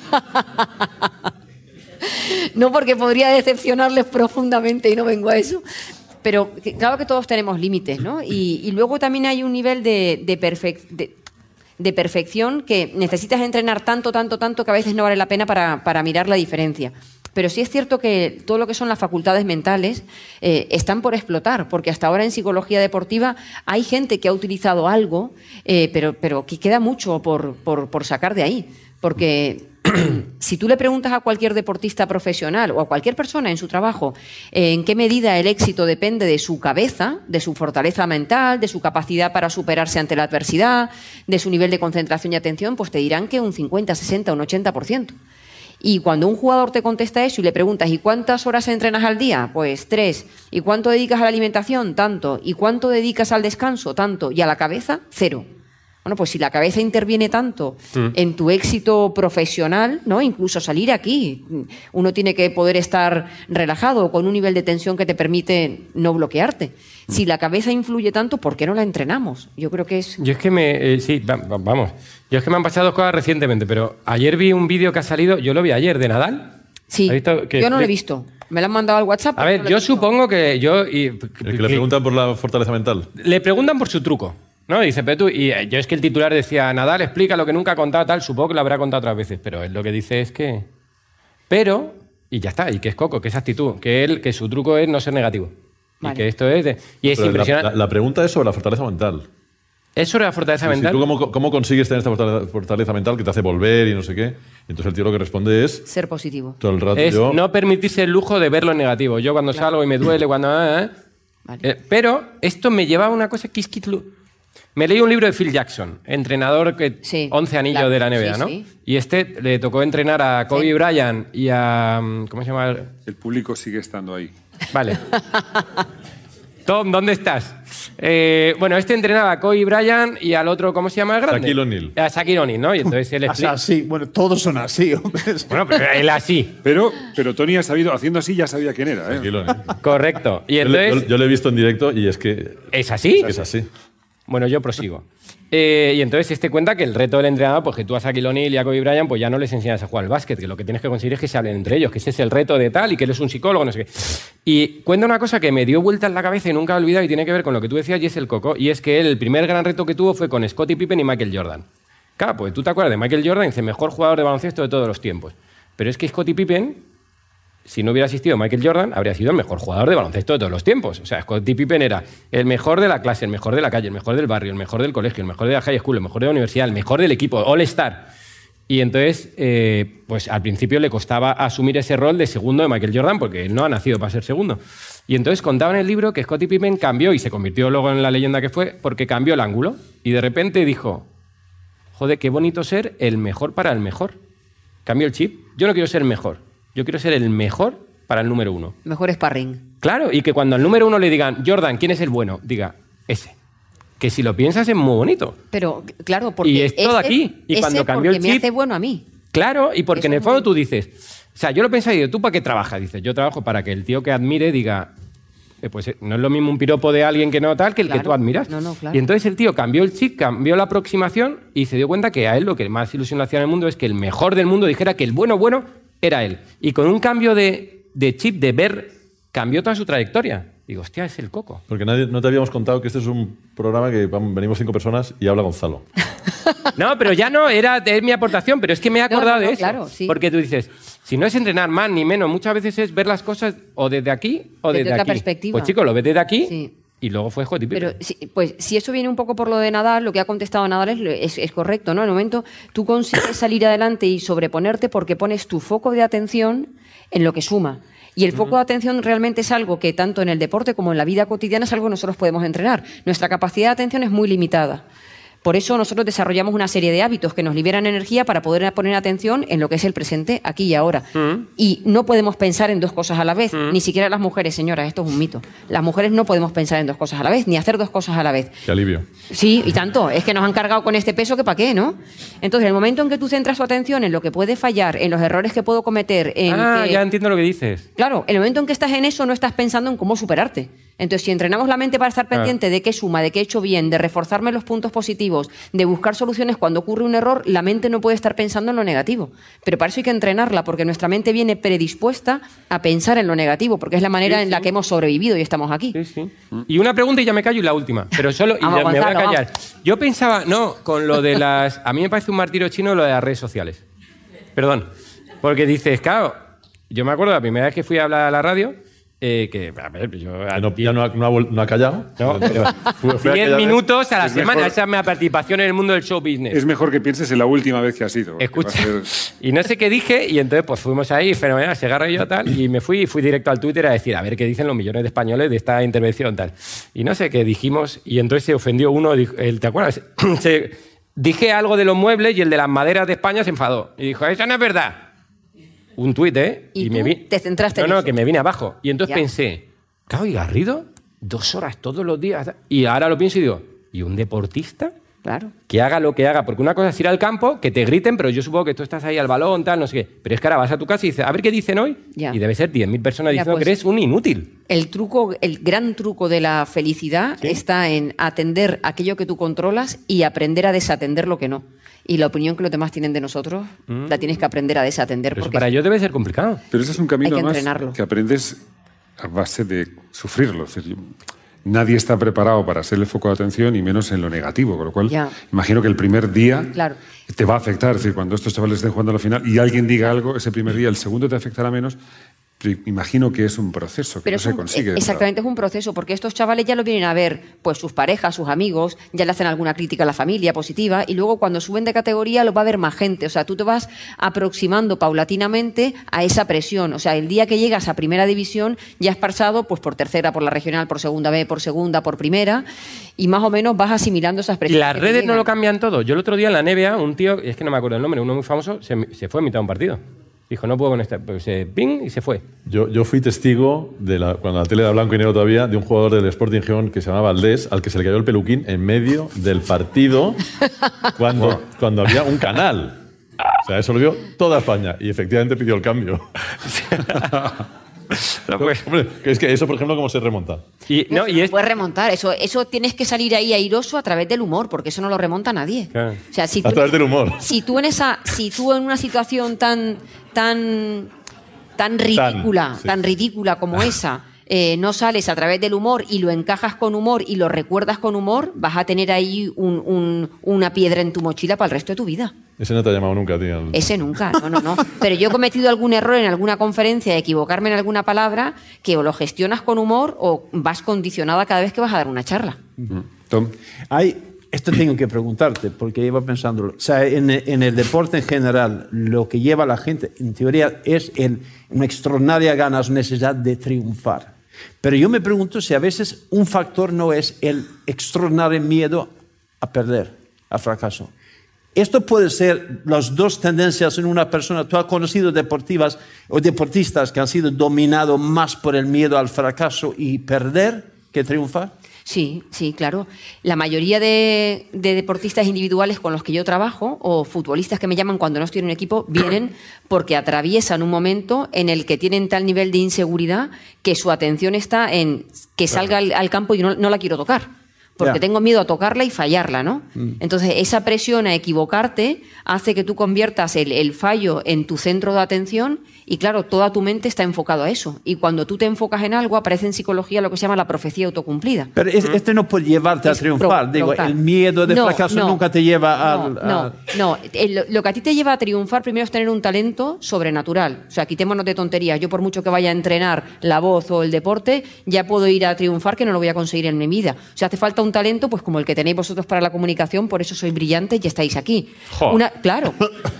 [SPEAKER 8] No, porque podría decepcionarles profundamente y no vengo a eso. Pero que- claro que todos tenemos límites, ¿no? Y, y luego también hay un nivel de, de, perfec- de- de perfección que necesitas entrenar tanto, tanto, tanto que a veces no vale la pena para, para mirar la diferencia. Pero sí es cierto que todo lo que son las facultades mentales eh, están por explotar, porque hasta ahora en psicología deportiva hay gente que ha utilizado algo, eh, pero, pero que queda mucho por, por, por sacar de ahí. Porque si tú le preguntas a cualquier deportista profesional o a cualquier persona en su trabajo eh, en qué medida el éxito depende de su cabeza, de su fortaleza mental, de su capacidad para superarse ante la adversidad, de su nivel de concentración y atención, pues te dirán que un cincuenta, sesenta, un ochenta por ciento. Y cuando un jugador te contesta eso y le preguntas ¿y cuántas horas entrenas al día? Pues tres. ¿Y cuánto dedicas a la alimentación? Tanto. ¿Y cuánto dedicas al descanso? Tanto. ¿Y a la cabeza? Cero. Bueno, pues si la cabeza interviene tanto mm. en tu éxito profesional, ¿no? Incluso salir aquí, uno tiene que poder estar relajado con un nivel de tensión que te permite no bloquearte. Mm. Si la cabeza influye tanto, ¿por qué no la entrenamos? Yo creo que es...
[SPEAKER 6] Yo es que me... Eh, sí, va, va, vamos. Yo es que me han pasado dos cosas recientemente, pero ayer vi un vídeo que ha salido, yo lo vi ayer, de Nadal.
[SPEAKER 8] Sí,
[SPEAKER 6] que,
[SPEAKER 8] yo no lo he visto. Me lo han mandado al WhatsApp.
[SPEAKER 6] A ver,
[SPEAKER 8] no
[SPEAKER 6] yo supongo que yo... Y,
[SPEAKER 7] el que le preguntan por la fortaleza mental.
[SPEAKER 6] Le preguntan por su truco. ¿No? Dice, pero tú, y yo es que el titular decía, Nadal explica lo que nunca ha contado, tal, supongo que lo habrá contado otras veces, pero él lo que dice es que... Pero, y ya está, y que es coco, que es actitud, que él, que su truco es no ser negativo. Vale. Y que esto es... De, y es
[SPEAKER 7] pero
[SPEAKER 6] impresionante.
[SPEAKER 7] La, la, la pregunta es sobre la fortaleza mental.
[SPEAKER 6] ¿Es sobre la fortaleza
[SPEAKER 7] sí,
[SPEAKER 6] mental?
[SPEAKER 7] Sí, ¿tú cómo, cómo consigues tener esta fortaleza, fortaleza mental que te hace volver y no sé qué? Y entonces el tío lo que responde es...
[SPEAKER 8] Ser positivo.
[SPEAKER 7] Todo el rato
[SPEAKER 6] es
[SPEAKER 7] yo...
[SPEAKER 6] no permitirse el lujo de verlo en negativo. Yo cuando claro. salgo y me duele, cuando... Eh, eh, vale. eh, pero esto me lleva a una cosa que es que... Me leí un libro de Phil Jackson, entrenador que
[SPEAKER 8] Sí,
[SPEAKER 6] once anillos
[SPEAKER 8] claro,
[SPEAKER 6] de la N B A,
[SPEAKER 8] sí,
[SPEAKER 6] ¿no?
[SPEAKER 8] sí.
[SPEAKER 6] Y este le tocó entrenar a Kobe
[SPEAKER 8] Sí.
[SPEAKER 6] Bryant y a... ¿Cómo se llama?
[SPEAKER 3] El público sigue estando ahí.
[SPEAKER 6] Vale. Tom, ¿dónde estás? Eh, bueno, este entrenaba a Kobe Bryant y al otro, ¿cómo se llama el grande?
[SPEAKER 7] Shaquille O'Neal.
[SPEAKER 6] A Shaquille O'Neal, ¿no? Y entonces él
[SPEAKER 5] O sea,
[SPEAKER 6] explica...
[SPEAKER 5] así, bueno, todos son así, hombre.
[SPEAKER 6] Bueno, pero él así.
[SPEAKER 3] Pero, pero Tony ha sabido, haciendo así ya sabía quién era. ¿eh?
[SPEAKER 7] Tranquilo, ¿eh?
[SPEAKER 6] Correcto. Y
[SPEAKER 7] Yo, le-
[SPEAKER 6] entonces...
[SPEAKER 7] yo- yo lo he visto en directo y es que
[SPEAKER 6] ¿Es así?
[SPEAKER 7] es así.
[SPEAKER 6] Bueno, yo prosigo. Eh, y entonces este cuenta que el reto del entrenador, pues que tú a Shaquille O'Neal y a Kobe Bryant, pues ya no les enseñas a jugar al básquet, que lo que tienes que conseguir es que se hablen entre ellos, que ese es el reto de tal y que él es un psicólogo, no sé qué. Y cuenta una cosa que me dio vuelta en la cabeza y nunca he olvidado y tiene que ver con lo que tú decías y es el coco, y es que él, el primer gran reto que tuvo fue con Scottie Pippen y Michael Jordan. Claro, pues tú te acuerdas de Michael Jordan, dice, mejor jugador de baloncesto de todos los tiempos. Pero es que Scottie Pippen, si no hubiera asistido Michael Jordan, habría sido el mejor jugador de baloncesto de todos los tiempos. O sea, Scottie Pippen era el mejor de la clase, el mejor de la calle, el mejor del barrio, el mejor del colegio, el mejor de la high school, el mejor de la universidad, el mejor del equipo, All-Star. Y entonces, eh, pues al principio le costaba asumir ese rol de segundo de Michael Jordan porque él no ha nacido para ser segundo. Y entonces contaba en el libro que Scottie Pippen cambió y se convirtió luego en la leyenda que fue porque cambió el ángulo. Y de repente dijo, joder, qué bonito ser el mejor para el mejor. Cambió el chip. Yo no quiero ser mejor. Yo quiero ser el mejor para el número uno.
[SPEAKER 8] Mejor sparring.
[SPEAKER 6] Claro, y que cuando al número uno le digan, Jordan, ¿quién es el bueno? Diga, ese. Que si lo piensas es muy bonito.
[SPEAKER 8] Pero, claro, porque
[SPEAKER 6] Y es todo
[SPEAKER 8] ese-
[SPEAKER 6] aquí. Y
[SPEAKER 8] ese
[SPEAKER 6] cuando cambió el
[SPEAKER 8] porque me
[SPEAKER 6] chip-
[SPEAKER 8] hace bueno a mí.
[SPEAKER 6] Claro, y porque
[SPEAKER 8] Eso
[SPEAKER 6] en el
[SPEAKER 8] es
[SPEAKER 6] fondo
[SPEAKER 8] muy-
[SPEAKER 6] tú dices, o sea, yo lo pensaba y digo, ¿tú para qué trabajas? Dices, yo trabajo para que el tío que admire diga, eh, pues eh, no es lo mismo un piropo de alguien que no tal que el
[SPEAKER 8] Claro.
[SPEAKER 6] que tú admiras.
[SPEAKER 8] No, no, claro.
[SPEAKER 6] Y entonces el tío cambió el chip, cambió la aproximación y se dio cuenta que a él lo que más ilusión le hacía en el mundo es que el mejor del mundo dijera que el bueno, bueno era él. Y con un cambio de, de chip, de ver, cambió toda su trayectoria. Digo, hostia, es el coco.
[SPEAKER 7] Porque nadie, no te habíamos contado que este es un programa que vamos, venimos cinco personas y habla Gonzalo.
[SPEAKER 6] No, pero ya no, era es mi aportación, pero es que me he acordado
[SPEAKER 8] no, no,
[SPEAKER 6] de eso.
[SPEAKER 8] claro, sí.
[SPEAKER 6] Porque tú dices, si no es entrenar más ni menos, muchas veces es ver las cosas o desde aquí o
[SPEAKER 8] Desde
[SPEAKER 6] desde,
[SPEAKER 8] otra
[SPEAKER 6] aquí.
[SPEAKER 8] perspectiva.
[SPEAKER 6] Pues chicos, lo ves desde aquí
[SPEAKER 8] Sí.
[SPEAKER 6] y luego fue Scottie Pippen.
[SPEAKER 8] Pero, sí, pues si eso viene un poco por lo de Nadal, lo que ha contestado Nadal es, es, es correcto, ¿no? En el momento tú consigues salir adelante y sobreponerte porque pones tu foco de atención en lo que suma. Y el foco de atención realmente es algo que tanto en el deporte como en la vida cotidiana es algo que nosotros podemos entrenar. Nuestra capacidad de atención es muy limitada. Por eso nosotros desarrollamos una serie de hábitos que nos liberan energía para poder poner atención en lo que es el presente, aquí y ahora. Y no podemos pensar en dos cosas a la vez, ni siquiera las mujeres, señoras, esto es un mito. Las mujeres no podemos pensar en dos cosas a la vez, ni hacer dos cosas a la vez.
[SPEAKER 7] Qué alivio.
[SPEAKER 8] Sí, y tanto. Es que nos han cargado con este peso que para qué, ¿no? Entonces, el momento en que tú centras tu atención en lo que puede fallar, en los errores que puedo cometer, en
[SPEAKER 6] ah,
[SPEAKER 8] que-
[SPEAKER 6] ya entiendo lo que dices.
[SPEAKER 8] Claro, el momento en que estás en eso no estás pensando en cómo superarte. Entonces, si entrenamos la mente para estar pendiente de qué suma, de qué he hecho bien, de reforzarme los puntos positivos, de buscar soluciones cuando ocurre un error, la mente no puede estar pensando en lo negativo. Pero para eso hay que entrenarla, porque nuestra mente viene predispuesta a pensar en lo negativo, porque es la manera
[SPEAKER 6] Sí,
[SPEAKER 8] en la
[SPEAKER 6] sí.
[SPEAKER 8] que hemos sobrevivido y estamos aquí.
[SPEAKER 6] Sí, sí. Y una pregunta y ya me callo y la última. Pero solo y
[SPEAKER 8] Vamos,
[SPEAKER 6] ya me voy a
[SPEAKER 8] Gonzalo,
[SPEAKER 6] callar. Yo pensaba, no, con lo de las. A mí me parece un martirio chino lo de las redes sociales. Perdón. Porque dices, claro, yo me acuerdo la primera vez que fui a hablar a la radio, eh, que, a ver, yo.
[SPEAKER 7] Que no- ya no ha, no ha vuel- no ha callado.
[SPEAKER 6] No, pero
[SPEAKER 7] Fue- fue
[SPEAKER 6] diez
[SPEAKER 7] aquella vez.
[SPEAKER 6] minutos a la
[SPEAKER 3] Es
[SPEAKER 6] semana.
[SPEAKER 3] mejor.
[SPEAKER 6] Esa es mi participación en el mundo del show business.
[SPEAKER 3] Es mejor que pienses en la última vez que has ido. porque
[SPEAKER 6] Escucha.
[SPEAKER 3] va a ser-
[SPEAKER 6] Y no sé qué dije, y entonces pues fuimos ahí, fenomenal, Segarra y yo tal, y me fui y fui directo al Twitter a decir, a ver qué dicen los millones de españoles de esta intervención tal. Y no sé qué dijimos, y entonces se ofendió uno, dijo- el, ¿te acuerdas? Se- dije algo de los muebles y el de las maderas de España se enfadó. Y dijo, eso no es verdad. Un tuit, ¿eh?
[SPEAKER 8] Y
[SPEAKER 6] me
[SPEAKER 8] tú
[SPEAKER 6] vi...
[SPEAKER 8] te centraste
[SPEAKER 6] No,
[SPEAKER 8] en
[SPEAKER 6] no,
[SPEAKER 8] eso.
[SPEAKER 6] que me vine abajo. Y entonces
[SPEAKER 8] Ya.
[SPEAKER 6] pensé, claro, ¿y Garrido? Dos horas todos los días. Y ahora lo pienso y digo, ¿y un deportista?
[SPEAKER 8] Claro.
[SPEAKER 6] Que haga lo que haga, porque una cosa es ir al campo, que te griten, pero yo supongo que tú estás ahí al balón, tal, no sé qué. Pero es que ahora vas a tu casa y dices, a ver qué dicen hoy,
[SPEAKER 8] Ya.
[SPEAKER 6] y debe ser diez mil personas
[SPEAKER 8] Ya,
[SPEAKER 6] diciendo
[SPEAKER 8] pues,
[SPEAKER 6] que eres un inútil.
[SPEAKER 8] El truco, el gran truco de la felicidad
[SPEAKER 6] ¿Sí?
[SPEAKER 8] está en atender aquello que tú controlas y aprender a desatender lo que no. Y la opinión que los demás tienen de nosotros la tienes que aprender a desatender.
[SPEAKER 6] Pero eso
[SPEAKER 8] porque
[SPEAKER 6] para ellos debe ser complicado.
[SPEAKER 3] Pero ese es un camino
[SPEAKER 8] Hay que
[SPEAKER 3] más
[SPEAKER 8] entrenarlo.
[SPEAKER 3] que aprendes a base de sufrirlo. Es decir, yo- nadie está preparado para ser el foco de atención y menos en lo negativo, con lo cual
[SPEAKER 8] Ya.
[SPEAKER 3] imagino que el primer día
[SPEAKER 8] Claro.
[SPEAKER 3] te va a afectar. Es decir, cuando estos chavales estén jugando a la final y alguien diga algo, ese primer día, el segundo te afectará menos. imagino que es un proceso, que
[SPEAKER 8] Pero
[SPEAKER 3] no
[SPEAKER 8] es
[SPEAKER 3] se
[SPEAKER 8] un-
[SPEAKER 3] consigue.
[SPEAKER 8] Exactamente, es un proceso, porque estos chavales ya lo vienen a ver, pues sus parejas, sus amigos, ya le hacen alguna crítica a la familia positiva, y luego cuando suben de categoría lo va a ver más gente. O sea, tú te vas aproximando paulatinamente a esa presión. O sea, el día que llegas a primera división ya has pasado pues por tercera, por la regional, por segunda B, por segunda, por primera, y más o menos vas asimilando esas
[SPEAKER 6] Y
[SPEAKER 8] presiones.
[SPEAKER 6] las
[SPEAKER 8] que te
[SPEAKER 6] redes no
[SPEAKER 8] llegan.
[SPEAKER 6] lo cambian todo. Yo el otro día en la N B A, un tío, es que no me acuerdo el nombre, uno muy famoso, se, se fue a mitad de un partido. Dijo, no puedo con este. Pues se ping y se fue.
[SPEAKER 7] Yo, yo fui testigo, de la, cuando la tele era blanco y negro todavía, de un jugador del Sporting Gijón que se llamaba Valdés, al que se le cayó el peluquín en medio del partido cuando, cuando había un canal. O sea, eso lo vio toda España y efectivamente pidió el cambio.
[SPEAKER 6] No, pues-
[SPEAKER 7] Hombre, que es que eso, por ejemplo, ¿cómo se remonta?
[SPEAKER 6] y, no,
[SPEAKER 8] Eso
[SPEAKER 6] y
[SPEAKER 8] no
[SPEAKER 6] es,
[SPEAKER 8] puedes remontar, eso, eso tienes que salir ahí airoso a través del humor, porque eso no lo remonta nadie.
[SPEAKER 6] Claro.
[SPEAKER 8] O sea, si
[SPEAKER 7] A
[SPEAKER 8] tú-
[SPEAKER 7] través del humor.
[SPEAKER 8] Si tú en esa, si tú en una situación tan, tan, tan ridícula, tan,
[SPEAKER 7] sí.
[SPEAKER 8] ridícula como esa, eh, no sales a través del humor y lo encajas con humor y lo recuerdas con humor, vas a tener ahí un- un- una piedra en tu mochila para el resto de tu vida.
[SPEAKER 7] Ese no te ha llamado nunca, tío. el-
[SPEAKER 8] Ese nunca, no, no, no. Pero yo he cometido algún error en alguna conferencia, de equivocarme en alguna palabra, que o lo gestionas con humor o vas condicionada cada vez que vas a dar una charla.
[SPEAKER 3] Tom,
[SPEAKER 5] Hay, esto tengo que preguntarte, porque iba pensándolo. O sea, en, en el deporte en general, lo que lleva a la gente, en teoría, es el, una extraordinaria ganas, necesidad de triunfar. Pero yo me pregunto si a veces un factor no es el extraordinario miedo a perder, a fracaso. Esto puede ser las dos tendencias en una persona. Tú has conocido deportivas o deportistas que han sido dominados más por el miedo al fracaso y perder que triunfar.
[SPEAKER 8] Sí, sí, claro. La mayoría de, de deportistas individuales con los que yo trabajo, o futbolistas que me llaman cuando no estoy en un equipo, vienen porque atraviesan un momento en el que tienen tal nivel de inseguridad que su atención está en que salga al, al campo y no, no la quiero tocar. Porque
[SPEAKER 5] Ya.
[SPEAKER 8] tengo miedo a tocarla y fallarla, ¿no? Entonces, esa presión a equivocarte hace que tú conviertas el, el fallo en tu centro de atención y, claro, toda tu mente está enfocado a eso. Y cuando tú te enfocas en algo, aparece en psicología lo que se llama la profecía autocumplida.
[SPEAKER 5] Pero es- este no puede llevarte a
[SPEAKER 8] Es
[SPEAKER 5] triunfar.
[SPEAKER 8] pro-
[SPEAKER 5] Digo,
[SPEAKER 8] provocar.
[SPEAKER 5] el miedo de
[SPEAKER 8] No,
[SPEAKER 5] fracaso
[SPEAKER 8] no.
[SPEAKER 5] nunca te lleva al...
[SPEAKER 8] No, no,
[SPEAKER 5] a-
[SPEAKER 8] no. El- lo que a ti te lleva a triunfar primero es tener un talento sobrenatural. O sea, quitémonos de tonterías. Yo, por mucho que vaya a entrenar la voz o el deporte, ya puedo ir a triunfar que no lo voy a conseguir en mi vida. O sea, hace falta un talento pues como el que tenéis vosotros para la comunicación, por eso sois brillantes y estáis aquí.
[SPEAKER 6] Jo.
[SPEAKER 8] Una, claro,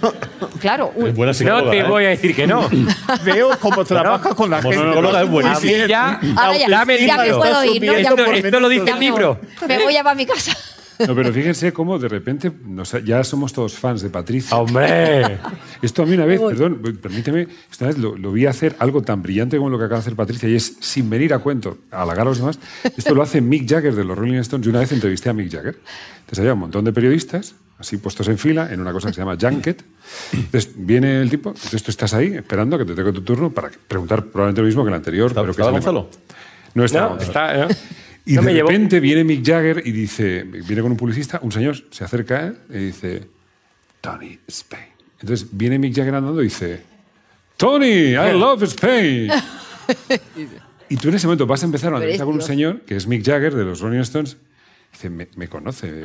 [SPEAKER 8] claro. un-
[SPEAKER 7] Es buena
[SPEAKER 6] no
[SPEAKER 7] psicóloga,
[SPEAKER 6] te
[SPEAKER 7] ¿eh?
[SPEAKER 6] voy a decir que no.
[SPEAKER 5] Veo cómo trabaja con la
[SPEAKER 7] Como
[SPEAKER 5] gente.
[SPEAKER 7] psicóloga es
[SPEAKER 6] A
[SPEAKER 7] buenísimo.
[SPEAKER 6] mí ya,
[SPEAKER 8] Ahora ya,
[SPEAKER 6] dame el
[SPEAKER 8] ya me
[SPEAKER 6] libro.
[SPEAKER 8] puedo ir, ¿no? Ya
[SPEAKER 6] Esto,
[SPEAKER 8] me-
[SPEAKER 6] esto lo dice
[SPEAKER 8] ya
[SPEAKER 6] el
[SPEAKER 8] me-
[SPEAKER 6] libro.
[SPEAKER 8] Me voy a para mi casa.
[SPEAKER 3] no, pero fíjense cómo de repente nos ha- ya somos todos fans de Patricia.
[SPEAKER 6] ¡Hombre!
[SPEAKER 3] Esto a mí una vez, perdón, permíteme, esta vez lo, lo vi hacer algo tan brillante como lo que acaba de hacer Patricia y es, sin venir a cuento, halagar a los demás, esto lo hace Mick Jagger de los Rolling Stones. Yo una vez entrevisté a Mick Jagger. Entonces había un montón de periodistas, así puestos en fila, en una cosa que se llama Junket. Entonces viene el tipo, entonces tú estás ahí esperando a que te toque tu turno para preguntar probablemente lo mismo que el anterior.
[SPEAKER 7] ¿Está-
[SPEAKER 3] pero que
[SPEAKER 7] estaba
[SPEAKER 3] se le-
[SPEAKER 7] Gonzalo?
[SPEAKER 3] No estaba
[SPEAKER 6] No,
[SPEAKER 3] Gonzalo.
[SPEAKER 6] está, ¿no?
[SPEAKER 3] Y
[SPEAKER 6] No
[SPEAKER 3] de
[SPEAKER 6] me llevó.
[SPEAKER 3] repente viene Mick Jagger y dice, viene con un publicista, un señor se acerca a él y dice, Tony, Spain. Entonces viene Mick Jagger andando y dice, Tony, I love Spain. Y tú en ese momento vas a empezar una
[SPEAKER 8] Pero
[SPEAKER 3] entrevista
[SPEAKER 8] es
[SPEAKER 3] con un
[SPEAKER 8] Dios.
[SPEAKER 3] señor que es Mick Jagger de los Rolling Stones. Dice, me, me conoce.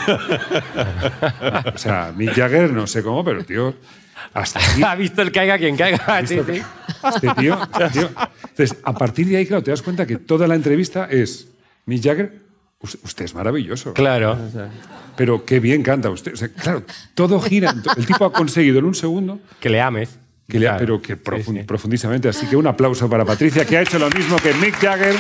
[SPEAKER 3] O sea, Mick Jagger, no sé cómo, pero tío, hasta aquí.
[SPEAKER 6] Ha visto el caiga quien caiga. Sí, sí.
[SPEAKER 3] Este tío, este tío. Entonces, a partir de ahí, claro, te das cuenta que toda la entrevista es Mick Jagger, "Us- usted es maravilloso.
[SPEAKER 6] Claro.
[SPEAKER 3] Pero qué bien canta usted. O sea, claro, todo gira. en to- El tipo ha conseguido en un segundo
[SPEAKER 6] Que le ames.
[SPEAKER 3] que le ha,
[SPEAKER 6] Claro.
[SPEAKER 3] pero que
[SPEAKER 6] Sí,
[SPEAKER 3] profun-
[SPEAKER 6] sí.
[SPEAKER 3] profundísimamente. Así que un aplauso para Patricia, que ha hecho lo mismo que Mick Jagger.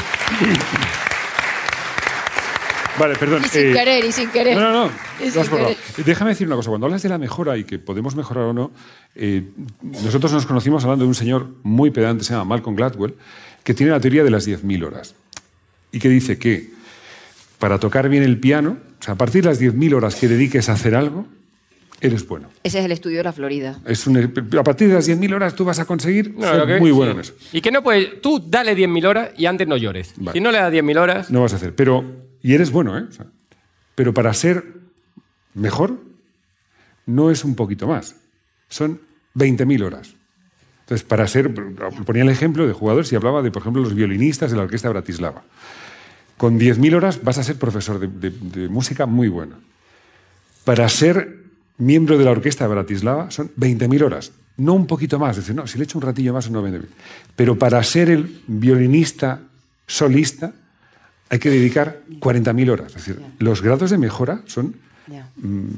[SPEAKER 3] Vale, perdón.
[SPEAKER 8] Y sin
[SPEAKER 3] eh,
[SPEAKER 8] querer, y sin querer.
[SPEAKER 3] No, no, no.
[SPEAKER 8] Y
[SPEAKER 3] lo has
[SPEAKER 8] sin
[SPEAKER 3] borrado.
[SPEAKER 8] querer.
[SPEAKER 3] Déjame decir una cosa. Cuando hablas de la mejora y que podemos mejorar o no, eh, nosotros nos conocimos hablando de un señor muy pedante, se llama Malcolm Gladwell, que tiene la teoría de las diez mil horas. Y que dice que para tocar bien el piano, o sea, a partir de las diez mil horas que dediques a hacer algo, eres bueno.
[SPEAKER 8] Ese es el estudio de la Florida.
[SPEAKER 3] Es un- a partir de las diez mil horas tú vas a conseguir
[SPEAKER 6] No,
[SPEAKER 3] ser
[SPEAKER 6] lo que-
[SPEAKER 3] muy
[SPEAKER 6] sí.
[SPEAKER 3] bueno en eso.
[SPEAKER 6] Y que no puedes. Tú dale diez mil horas y antes no llores.
[SPEAKER 3] Vale.
[SPEAKER 6] Si no le das diez mil horas.
[SPEAKER 3] No vas a hacer. Pero, y eres bueno, ¿eh? O sea, pero para ser mejor, no es un poquito más. Son veinte mil horas. Entonces, para ser. Ponía el ejemplo de jugadores y hablaba de, por ejemplo, los violinistas de la Orquesta de Bratislava. Con diez mil horas vas a ser profesor de, de- de música muy bueno. Para ser miembro de la Orquesta de Bratislava son veinte mil horas. no un poquito más, decir, no, si le echo un ratillo más no vende bien. Pero para ser el violinista solista hay que dedicar cuarenta mil horas. Es decir, los grados de mejora son
[SPEAKER 8] Ya.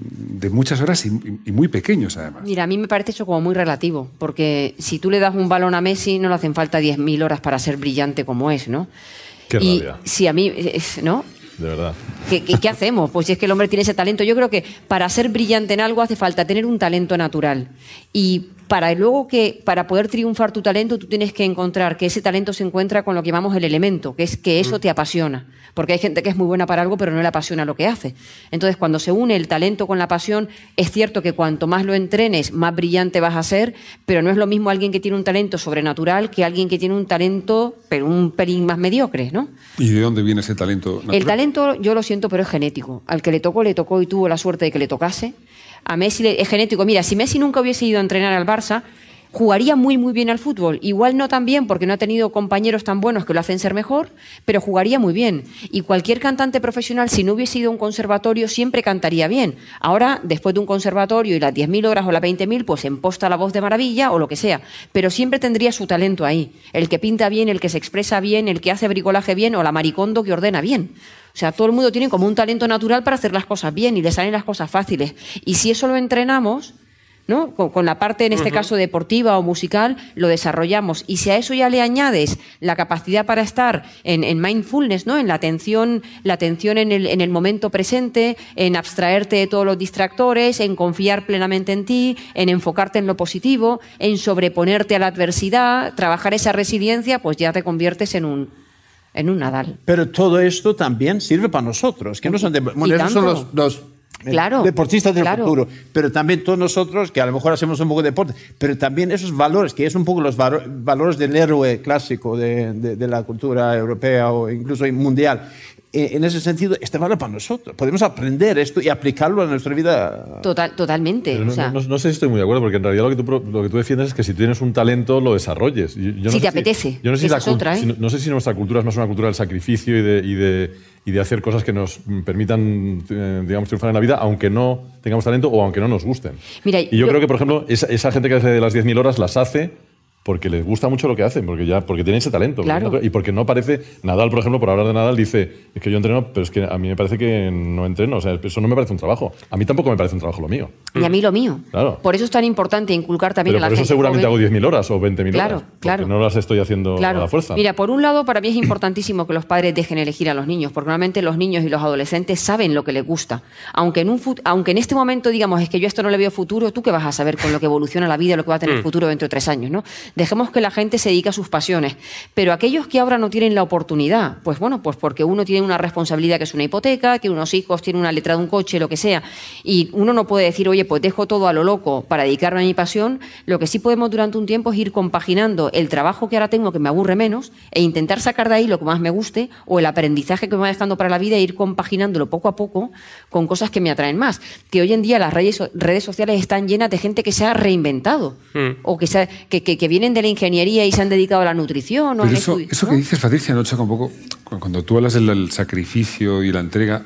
[SPEAKER 3] de muchas horas y, y muy pequeños, además.
[SPEAKER 8] Mira, a mí me parece eso como muy relativo, porque si tú le das un balón a Messi no le hacen falta diez mil horas para ser brillante como es, ¿no?
[SPEAKER 7] Qué
[SPEAKER 8] y
[SPEAKER 7] rabia.
[SPEAKER 8] si a mí, ¿no?
[SPEAKER 7] De verdad.
[SPEAKER 8] ¿Qué, qué, qué hacemos? Pues si es que el hombre tiene ese talento. Yo creo que para ser brillante en algo hace falta tener un talento natural. Y para luego que, para poder triunfar tu talento, tú tienes que encontrar que ese talento se encuentra con lo que llamamos el elemento, que es que eso te apasiona. Porque hay gente que es muy buena para algo, pero no le apasiona lo que hace. Entonces, cuando se une el talento con la pasión, es cierto que cuanto más lo entrenes, más brillante vas a ser, pero no es lo mismo alguien que tiene un talento sobrenatural que alguien que tiene un talento, pero un pelín más mediocre, ¿no?
[SPEAKER 3] ¿Y de dónde viene ese talento natural?
[SPEAKER 8] El talento, yo lo siento, pero es genético. Al que le tocó, le tocó y tuvo la suerte de que le tocase. A Messi le, es genético. Mira, si Messi nunca hubiese ido a entrenar al Barça, jugaría muy, muy bien al fútbol. Igual no tan bien porque no ha tenido compañeros tan buenos que lo hacen ser mejor, pero jugaría muy bien. Y cualquier cantante profesional, si no hubiese ido a un conservatorio, siempre cantaría bien. Ahora, después de un conservatorio y las diez mil horas o las veinte mil, pues emposta la voz de maravilla o lo que sea. Pero siempre tendría su talento ahí. El que pinta bien, el que se expresa bien, el que hace bricolaje bien o la maricondo que ordena bien. O sea, todo el mundo tiene como un talento natural para hacer las cosas bien y le salen las cosas fáciles. Y si eso lo entrenamos, ¿no? Con, con la parte, en este uh-huh. caso, deportiva o musical, lo desarrollamos. Y si a eso ya le añades la capacidad para estar en, en mindfulness, ¿no? En la atención, la atención en el, en el momento presente, en abstraerte de todos los distractores, en confiar plenamente en ti, en enfocarte en lo positivo, en sobreponerte a la adversidad, trabajar esa resiliencia, pues ya te conviertes en un... en un Nadal.
[SPEAKER 5] Pero todo esto también sirve para nosotros, que no son de, bueno, esos son los, los
[SPEAKER 8] claro,
[SPEAKER 5] deportistas del
[SPEAKER 8] claro.
[SPEAKER 5] futuro, pero también todos nosotros, que a lo mejor hacemos un poco de deporte, pero también esos valores, que es un poco los valo- valores del héroe clásico de, de, de la cultura europea o incluso mundial. En ese sentido, este vale para nosotros. Podemos aprender esto y aplicarlo en nuestra vida.
[SPEAKER 8] Total, totalmente.
[SPEAKER 7] No,
[SPEAKER 8] o sea,
[SPEAKER 7] no, no, no sé si estoy muy de acuerdo, porque en realidad lo que tú, lo que tú defiendes es que si tienes un talento, lo desarrolles. Yo, yo no
[SPEAKER 8] si
[SPEAKER 7] sé
[SPEAKER 8] te apetece.
[SPEAKER 7] Si, yo no sé, si,
[SPEAKER 8] Esa
[SPEAKER 7] la,
[SPEAKER 8] es otra, ¿eh?
[SPEAKER 7] si no, no sé si nuestra cultura es más una cultura del sacrificio y de, y de, y de hacer cosas que nos permitan, eh, digamos, triunfar en la vida, aunque no tengamos talento o aunque no nos gusten.
[SPEAKER 8] Mira,
[SPEAKER 7] y yo, yo creo que, por ejemplo, esa, esa gente que hace las diez mil horas las hace porque les gusta mucho lo que hacen, porque ya porque tienen ese talento.
[SPEAKER 8] Claro.
[SPEAKER 7] Porque no, y porque no parece... Nadal, por ejemplo, por hablar de Nadal, dice, es que yo entreno, pero es que a mí me parece que no entreno. O sea, eso no me parece un trabajo. A mí tampoco me parece un trabajo lo mío.
[SPEAKER 8] Y a mí lo mío.
[SPEAKER 7] Claro.
[SPEAKER 8] Por eso es tan importante inculcar también
[SPEAKER 7] pero
[SPEAKER 8] a la
[SPEAKER 7] por
[SPEAKER 8] gente
[SPEAKER 7] eso seguramente
[SPEAKER 8] joven.
[SPEAKER 7] hago diez mil horas o veinte mil
[SPEAKER 8] Claro,
[SPEAKER 7] horas. Porque
[SPEAKER 8] claro.
[SPEAKER 7] no las estoy haciendo
[SPEAKER 8] Claro.
[SPEAKER 7] a la fuerza.
[SPEAKER 8] Mira, por un lado, para mí es importantísimo que los padres dejen elegir a los niños, porque normalmente los niños y los adolescentes saben lo que les gusta. Aunque en, un fut- aunque en este momento digamos, es que yo esto no le veo futuro, ¿tú qué vas a saber con lo que evoluciona la vida, lo que va a tener futuro dentro de tres años? ¿No? Dejemos que la gente se dedique a sus pasiones. Pero aquellos que ahora no tienen la oportunidad, pues bueno, pues porque uno tiene una responsabilidad que es una hipoteca, que unos hijos tienen una letra de un coche, lo que sea, y uno no puede decir, oye, pues dejo todo a lo loco para dedicarme a mi pasión. Lo que sí podemos durante un tiempo es ir compaginando el trabajo que ahora tengo, que me aburre menos, e intentar sacar de ahí lo que más me guste, o el aprendizaje que me va dejando para la vida, e ir compaginándolo poco a poco con cosas que me atraen más. Que hoy en día las redes, redes sociales están llenas de gente que se ha reinventado, mm. o que, se ha, que, que, que vienen de la ingeniería y se han dedicado a la nutrición.
[SPEAKER 3] Pero eso, eso
[SPEAKER 8] ¿no?
[SPEAKER 3] que dices, Patricia, no choca un poco cuando tú hablas del, del sacrificio y la entrega,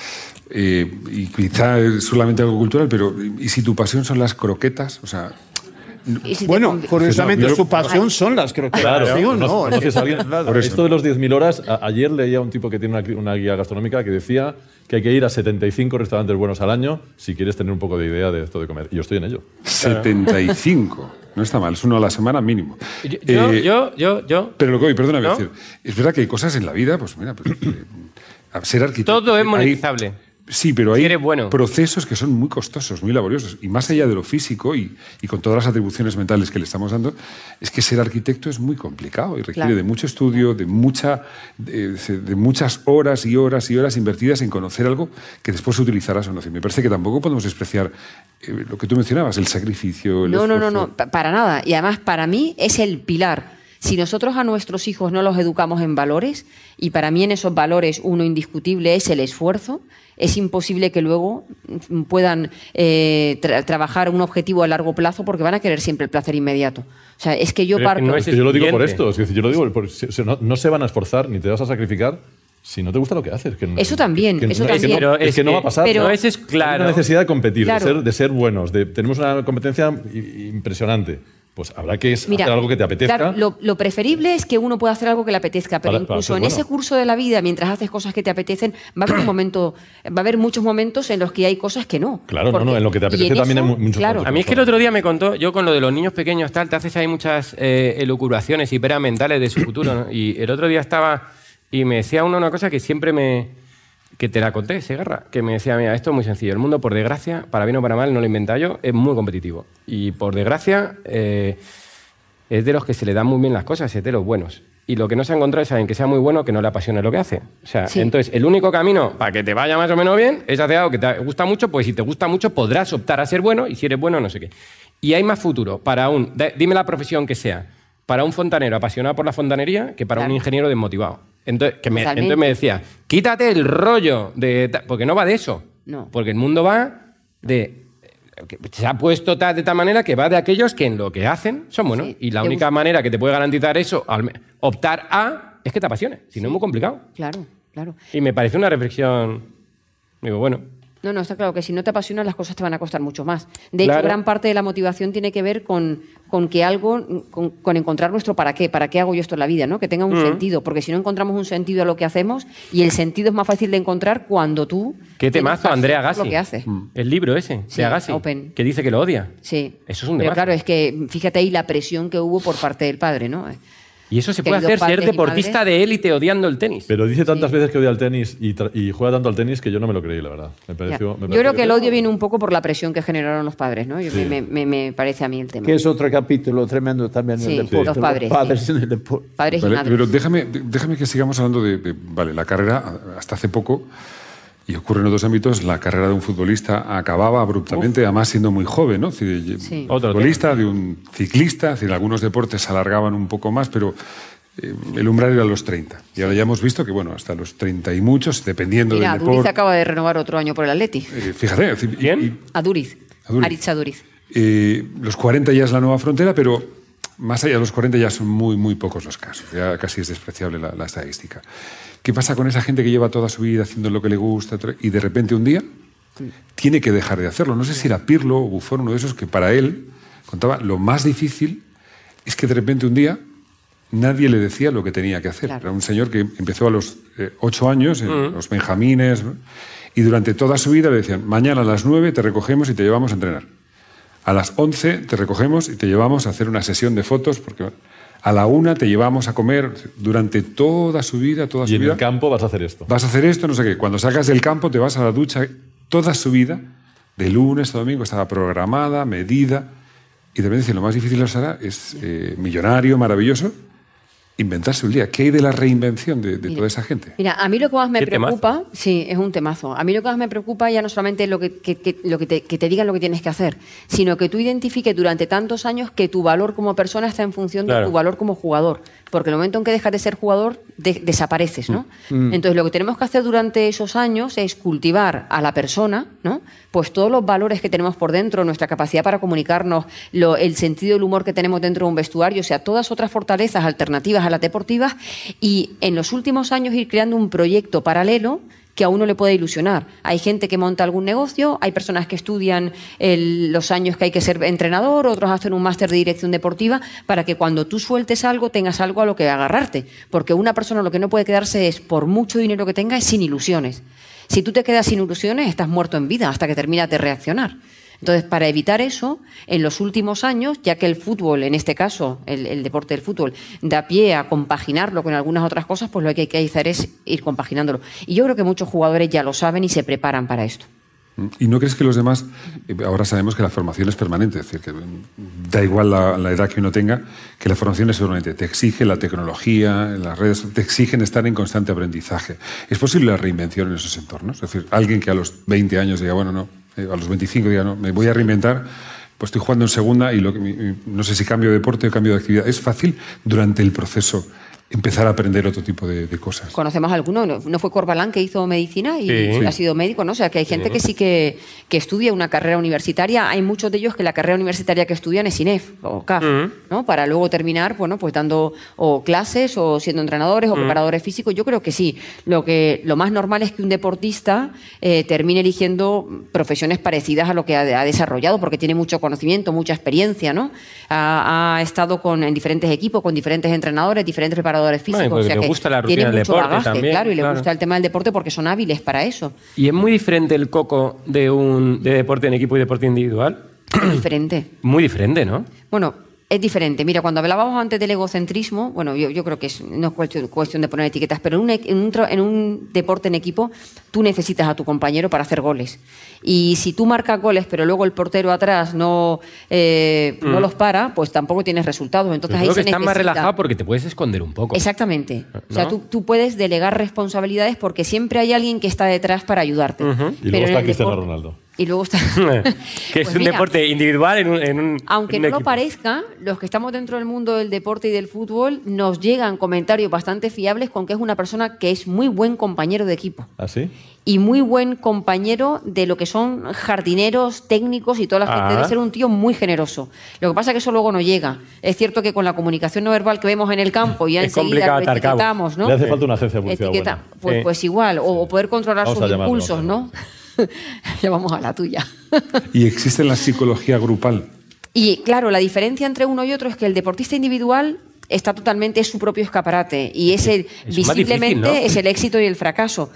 [SPEAKER 3] eh, y quizá es solamente algo cultural, pero ¿y si tu pasión son las croquetas? O sea...
[SPEAKER 5] Si bueno, curiosamente, su pasión son las croquetas.
[SPEAKER 7] Claro,
[SPEAKER 5] ¿sí o no?
[SPEAKER 7] ¿Conoces a alguien? Por esto de los diez mil horas, a, ayer leía a un tipo que tiene una, una guía gastronómica que decía que hay que ir a setenta y cinco restaurantes buenos al año si quieres tener un poco de idea de esto de comer. Y yo estoy en ello.
[SPEAKER 3] setenta y cinco. No está mal, es uno a la semana mínimo.
[SPEAKER 6] Yo, yo,
[SPEAKER 3] eh,
[SPEAKER 6] yo, yo, yo.
[SPEAKER 3] Pero lo que voy, perdóname,
[SPEAKER 6] ¿No?
[SPEAKER 3] decir, es verdad que hay cosas en la vida, pues mira, pues, eh, ser arquitecto.
[SPEAKER 6] Todo es monetizable.
[SPEAKER 3] Hay, sí, pero hay
[SPEAKER 6] si eres bueno.
[SPEAKER 3] procesos que son muy costosos, muy laboriosos. Y más allá de lo físico y, y con todas las atribuciones mentales que le estamos dando, es que ser arquitecto es muy complicado y requiere
[SPEAKER 8] claro.
[SPEAKER 3] de mucho estudio, de, mucha, de, de muchas horas y horas y horas invertidas en conocer algo que después utilizarás o no. Me parece que tampoco podemos despreciar eh, lo que tú mencionabas, el sacrificio, el
[SPEAKER 8] No,
[SPEAKER 3] esfuerzo.
[SPEAKER 8] no, no, no, para nada. Y además, para mí es el pilar. Si nosotros a nuestros hijos no los educamos en valores, y para mí en esos valores uno indiscutible es el esfuerzo, es imposible que luego puedan eh, tra- trabajar un objetivo a largo plazo porque van a querer siempre el placer inmediato. O sea, es que yo
[SPEAKER 6] Pero es
[SPEAKER 8] parto...
[SPEAKER 6] que no
[SPEAKER 7] Es que yo lo digo por esto. Es decir, yo lo digo, por, si- si no, no se van a esforzar ni te vas a sacrificar si no te gusta lo que haces. Que no,
[SPEAKER 8] eso también,
[SPEAKER 7] que, que
[SPEAKER 8] eso
[SPEAKER 7] no,
[SPEAKER 8] también.
[SPEAKER 7] Es que, no, es que no va a pasar.
[SPEAKER 8] Pero,
[SPEAKER 7] ¿no?
[SPEAKER 6] Ese es claro.
[SPEAKER 7] Hay una necesidad de competir,
[SPEAKER 8] claro.
[SPEAKER 7] de, ser, de ser buenos. De, tenemos una competencia impresionante. Pues habrá que
[SPEAKER 8] Mira,
[SPEAKER 7] hacer algo que te apetezca.
[SPEAKER 8] Claro, lo, lo preferible es que uno pueda hacer algo que le apetezca, pero
[SPEAKER 7] Para-
[SPEAKER 8] incluso
[SPEAKER 7] para
[SPEAKER 8] en
[SPEAKER 7] ser
[SPEAKER 8] ese
[SPEAKER 7] bueno.
[SPEAKER 8] curso de la vida, mientras haces cosas que te apetecen, va a haber un momento, va a haber muchos momentos en los que hay cosas que no.
[SPEAKER 7] Claro, no,
[SPEAKER 8] Porque-
[SPEAKER 7] no, en lo que te
[SPEAKER 8] y
[SPEAKER 7] apetece
[SPEAKER 8] en
[SPEAKER 7] también
[SPEAKER 8] eso,
[SPEAKER 7] hay mu- muchos
[SPEAKER 8] claro.
[SPEAKER 7] momentos.
[SPEAKER 6] A mí es que el otro día me contó, yo con lo de los niños pequeños tal, te haces ahí muchas eh, elucubraciones y peras mentales de su futuro, ¿no? Y el otro día estaba y me decía uno una cosa que siempre me... que te la conté, Segarra, que me decía, mira, esto es muy sencillo. El mundo, por desgracia, para bien o para mal, no lo he inventado yo, es muy competitivo. Y por desgracia, eh, es de los que se le dan muy bien las cosas, es de los buenos. Y lo que no se ha encontrado es alguien que sea muy bueno, que no le apasione lo que hace. O sea,
[SPEAKER 8] Sí.
[SPEAKER 6] entonces, el único camino para que te vaya más o menos bien es hacer algo que te gusta mucho, pues si te gusta mucho podrás optar a ser bueno y si eres bueno, no sé qué. Y hay más futuro para un, da- dime la profesión que sea, para un fontanero apasionado por la fontanería que para
[SPEAKER 8] Claro.
[SPEAKER 6] un ingeniero desmotivado. Entonces, que me,
[SPEAKER 8] Totalmente.
[SPEAKER 6] entonces me decía, quítate el rollo de... ta- Porque no va de eso.
[SPEAKER 8] No.
[SPEAKER 6] Porque el mundo va de... que se ha puesto tal, de tal manera que va de aquellos que en lo que hacen son buenos.
[SPEAKER 8] Sí,
[SPEAKER 6] y la
[SPEAKER 8] te
[SPEAKER 6] única
[SPEAKER 8] gusta.
[SPEAKER 6] manera que te puede garantizar eso, al me- optar a, es que te apasione. Si no es muy complicado.
[SPEAKER 8] Claro, claro.
[SPEAKER 6] Y me parece una reflexión... Digo, bueno...
[SPEAKER 8] No, no, está claro que si no te apasiona las cosas te van a costar mucho más. De hecho,
[SPEAKER 6] Claro.
[SPEAKER 8] gran parte de la motivación tiene que ver con, con que algo, con, con encontrar nuestro para qué, para qué hago yo esto en la vida, ¿no? Que tenga un sentido, porque si no encontramos un sentido a lo que hacemos, y el sentido es más fácil de encontrar cuando tú...
[SPEAKER 6] ¿Qué
[SPEAKER 8] tienes
[SPEAKER 6] temazo,
[SPEAKER 8] pasión
[SPEAKER 6] Andrea
[SPEAKER 8] por
[SPEAKER 6] Gassi?
[SPEAKER 8] Lo que hace.
[SPEAKER 6] El libro ese,
[SPEAKER 8] Sí,
[SPEAKER 6] de Agassi,
[SPEAKER 8] Open.
[SPEAKER 6] que dice que lo odia.
[SPEAKER 8] Sí.
[SPEAKER 6] Eso es un
[SPEAKER 8] Pero
[SPEAKER 6] temazo.
[SPEAKER 8] claro, es que fíjate ahí la presión que hubo por parte del padre, ¿no?
[SPEAKER 6] Y eso se
[SPEAKER 8] Que
[SPEAKER 6] puede
[SPEAKER 8] los
[SPEAKER 6] hacer, ser
[SPEAKER 8] padres y
[SPEAKER 6] deportista
[SPEAKER 8] madres-
[SPEAKER 6] de élite odiando el tenis.
[SPEAKER 7] Pero dice tantas veces que odia al tenis y, tra- y juega tanto al tenis que yo no me lo creí, la verdad. Me
[SPEAKER 8] Ya.
[SPEAKER 7] pareció, me
[SPEAKER 8] Yo
[SPEAKER 7] pareció
[SPEAKER 8] creo que el odio viene un poco por la presión que generaron los padres, ¿no? Yo-
[SPEAKER 7] Sí.
[SPEAKER 8] me, me- me parece a mí el tema.
[SPEAKER 5] Que es otro capítulo tremendo también en
[SPEAKER 8] Sí,
[SPEAKER 5] el deporte.
[SPEAKER 8] los padres,
[SPEAKER 5] padres
[SPEAKER 8] sí.
[SPEAKER 5] en el deporte.
[SPEAKER 8] Padres y
[SPEAKER 3] Vale,
[SPEAKER 8] madres.
[SPEAKER 3] pero déjame, déjame que sigamos hablando de, de, vale, la carrera. Hasta hace poco, y ocurre en otros ámbitos, la carrera de un futbolista acababa abruptamente, además siendo muy joven, ¿no? Es decir,
[SPEAKER 8] Sí.
[SPEAKER 3] un
[SPEAKER 6] Otro
[SPEAKER 3] futbolista, de un ciclista, es decir, algunos deportes se alargaban un poco más, pero eh, el umbral era los treinta. Y ahora ya hemos visto que, bueno, hasta los treinta y muchos, dependiendo
[SPEAKER 8] Mira,
[SPEAKER 3] del
[SPEAKER 8] Duriz
[SPEAKER 3] deporte.
[SPEAKER 8] acaba de renovar otro año por el Atleti.
[SPEAKER 3] eh, fíjate, es decir, y-
[SPEAKER 6] ¿Quién?
[SPEAKER 3] y-
[SPEAKER 8] A Duriz.
[SPEAKER 3] A Duriz.
[SPEAKER 8] Aritz Aduriz.
[SPEAKER 3] Eh, los cuarenta ya es la nueva frontera, pero más allá de los cuarenta ya son muy, muy pocos los casos. Ya casi es despreciable la, la estadística. ¿Qué pasa con esa gente que lleva toda su vida haciendo lo que le gusta y de repente un día tiene que dejar de hacerlo? No sé si era Pirlo o Buffon, uno de esos que para él contaba lo más difícil es que de repente un día nadie le decía lo que tenía que hacer.
[SPEAKER 8] Claro.
[SPEAKER 3] Era un señor que empezó a los eh, ocho años, en los benjamines, ¿no? Y durante toda su vida le decían, mañana a las nueve te recogemos y te llevamos a entrenar. A las once te recogemos y te llevamos a hacer una sesión de fotos, porque a la una te llevamos a comer. Durante toda su vida, toda
[SPEAKER 7] Y
[SPEAKER 3] su
[SPEAKER 7] en
[SPEAKER 3] vida,
[SPEAKER 7] el campo vas a hacer esto.
[SPEAKER 3] vas a hacer esto, no sé qué. Cuando sacas del campo te vas a la ducha. Toda su vida, de lunes a domingo, estaba programada, medida. Y de repente dice, lo más difícil de Sara es eh, millonario, maravilloso, inventarse un día. ¿Qué hay de la reinvención de, de
[SPEAKER 8] Mira,
[SPEAKER 3] toda esa gente?
[SPEAKER 8] Mira, a mí lo que más me
[SPEAKER 6] Qué
[SPEAKER 8] preocupa, sí, es un temazo. A mí lo que más me preocupa ya no solamente lo que, que- que- lo que, te, que te digan lo que tienes que hacer, sino que tú identifiques durante tantos años que tu valor como persona está en función de
[SPEAKER 6] Claro.
[SPEAKER 8] tu valor como jugador. Porque el momento en que dejas de ser jugador, de- desapareces, ¿no? Entonces, lo que tenemos que hacer durante esos años es cultivar a la persona, ¿no? Pues todos los valores que tenemos por dentro, nuestra capacidad para comunicarnos, lo- el sentido del humor que tenemos dentro de un vestuario, o sea, todas otras fortalezas alternativas a las deportivas, y en los últimos años ir creando un proyecto paralelo que a uno le puede ilusionar. Hay gente que monta algún negocio, hay personas que estudian el- los años que hay que ser entrenador, otros hacen un máster de dirección deportiva, para que cuando tú sueltes algo tengas algo a lo que agarrarte. Porque una persona lo que no puede quedarse es, por mucho dinero que tenga, es sin ilusiones. Si tú te quedas sin ilusiones, estás muerto en vida hasta que terminas de reaccionar. Entonces, para evitar eso, en los últimos años, ya que el fútbol, en este caso, el, el deporte del fútbol, da pie a compaginarlo con algunas otras cosas, pues lo que hay que hacer es ir compaginándolo. Y yo creo que muchos jugadores ya lo saben y se preparan para esto.
[SPEAKER 3] ¿Y no crees que los demás, eh, ahora sabemos que la formación es permanente, es decir, que mm, da igual la, la edad que uno tenga, que la formación es permanente, te exige la tecnología, las redes, te exigen estar en constante aprendizaje. ¿Es posible la reinvención en esos entornos? Es decir, alguien que a los veinte años diga, bueno, no, eh, a los veinticinco diga, no, me voy a reinventar, pues estoy jugando en segunda y lo que, mi- mi- no sé si cambio de deporte o cambio de actividad. ¿Es fácil durante el proceso empezar a aprender otro tipo de, de cosas.
[SPEAKER 8] Conocemos a alguno, ¿no? ¿No fue Corbalán que hizo medicina y
[SPEAKER 6] Sí.
[SPEAKER 8] ha sido médico, ¿no? O sea, que hay gente
[SPEAKER 6] Sí.
[SPEAKER 8] que sí que, que estudia una carrera universitaria. Hay muchos de ellos que la carrera universitaria que estudian es I N E F o C A F,
[SPEAKER 6] Mm.
[SPEAKER 8] ¿no? Para luego terminar, bueno, pues dando o clases o siendo entrenadores o
[SPEAKER 6] Mm.
[SPEAKER 8] preparadores físicos. Yo creo que sí. Lo que lo más normal es que un deportista eh, termine eligiendo profesiones parecidas a lo que ha, ha desarrollado, porque tiene mucho conocimiento, mucha experiencia, ¿no? Ha, ha estado con, en diferentes equipos, con diferentes entrenadores, diferentes preparadores físicos.
[SPEAKER 6] Bueno, y porque
[SPEAKER 8] o sea
[SPEAKER 6] le
[SPEAKER 8] que
[SPEAKER 6] gusta la rutina
[SPEAKER 8] tiene
[SPEAKER 6] del
[SPEAKER 8] mucho
[SPEAKER 6] deporte
[SPEAKER 8] bagaje,
[SPEAKER 6] también,
[SPEAKER 8] claro, y le
[SPEAKER 6] claro.
[SPEAKER 8] gusta el tema del deporte porque son hábiles para eso.
[SPEAKER 6] ¿Y es muy diferente el coco de un de deporte en equipo y deporte individual?
[SPEAKER 8] Es diferente.
[SPEAKER 6] Muy diferente, ¿no?
[SPEAKER 8] Bueno, es diferente. Mira, cuando hablábamos antes del egocentrismo, bueno, yo, yo creo que es, no es cuestión, cuestión de poner etiquetas, pero en un, en, un, tra- en un deporte en equipo tú necesitas a tu compañero para hacer goles. Y si tú marcas goles, pero luego el portero atrás no, eh, no
[SPEAKER 6] Mm.
[SPEAKER 8] los para, pues tampoco tienes resultados. Entonces
[SPEAKER 6] Yo
[SPEAKER 8] ahí
[SPEAKER 6] creo que
[SPEAKER 8] se
[SPEAKER 6] estás más
[SPEAKER 8] necesita-
[SPEAKER 6] relajado porque te puedes esconder un poco.
[SPEAKER 8] Exactamente. O sea,
[SPEAKER 6] ¿No?
[SPEAKER 8] tú, tú puedes delegar responsabilidades porque siempre hay alguien que está detrás para ayudarte.
[SPEAKER 6] Ujú.
[SPEAKER 7] Y
[SPEAKER 8] Pero
[SPEAKER 7] luego
[SPEAKER 8] en
[SPEAKER 7] está
[SPEAKER 8] el
[SPEAKER 7] Cristiano
[SPEAKER 8] deporte-
[SPEAKER 7] Ronaldo.
[SPEAKER 8] Y luego está...
[SPEAKER 6] que es
[SPEAKER 8] Pues
[SPEAKER 6] un
[SPEAKER 8] mira,
[SPEAKER 6] deporte individual en un, en un
[SPEAKER 8] Aunque
[SPEAKER 6] en
[SPEAKER 8] no
[SPEAKER 6] un
[SPEAKER 8] lo
[SPEAKER 6] equipo.
[SPEAKER 8] parezca, los que estamos dentro del mundo del deporte y del fútbol nos llegan comentarios bastante fiables con que es una persona que es muy buen compañero de equipo
[SPEAKER 7] ¿Ah, sí?
[SPEAKER 8] y muy buen compañero de lo que son jardineros, técnicos y toda la gente.
[SPEAKER 6] Ah.
[SPEAKER 8] Debe ser un tío muy generoso. Lo que pasa es que eso luego no llega. Es cierto que con la comunicación no verbal que vemos en el campo ya
[SPEAKER 6] Es
[SPEAKER 8] enseguida
[SPEAKER 6] complicado
[SPEAKER 8] lo
[SPEAKER 6] atar cabos.
[SPEAKER 8] etiquetamos, ¿no?
[SPEAKER 7] Le hace falta una agencia de publicidad
[SPEAKER 8] Etiqueta,
[SPEAKER 7] buena.
[SPEAKER 8] pues,
[SPEAKER 6] Sí.
[SPEAKER 8] pues igual, o, o poder controlar
[SPEAKER 7] Vamos a
[SPEAKER 8] sus
[SPEAKER 7] llamarlo,
[SPEAKER 8] impulsos,
[SPEAKER 7] vamos a
[SPEAKER 8] ¿no? Ya vamos a la tuya.
[SPEAKER 3] Y existe la psicología grupal.
[SPEAKER 8] Y claro, la diferencia entre uno y otro es que el deportista individual está totalmente es su propio escaparate y ese
[SPEAKER 6] Es más
[SPEAKER 8] visiblemente
[SPEAKER 6] difícil, ¿no?
[SPEAKER 8] es el éxito y el fracaso.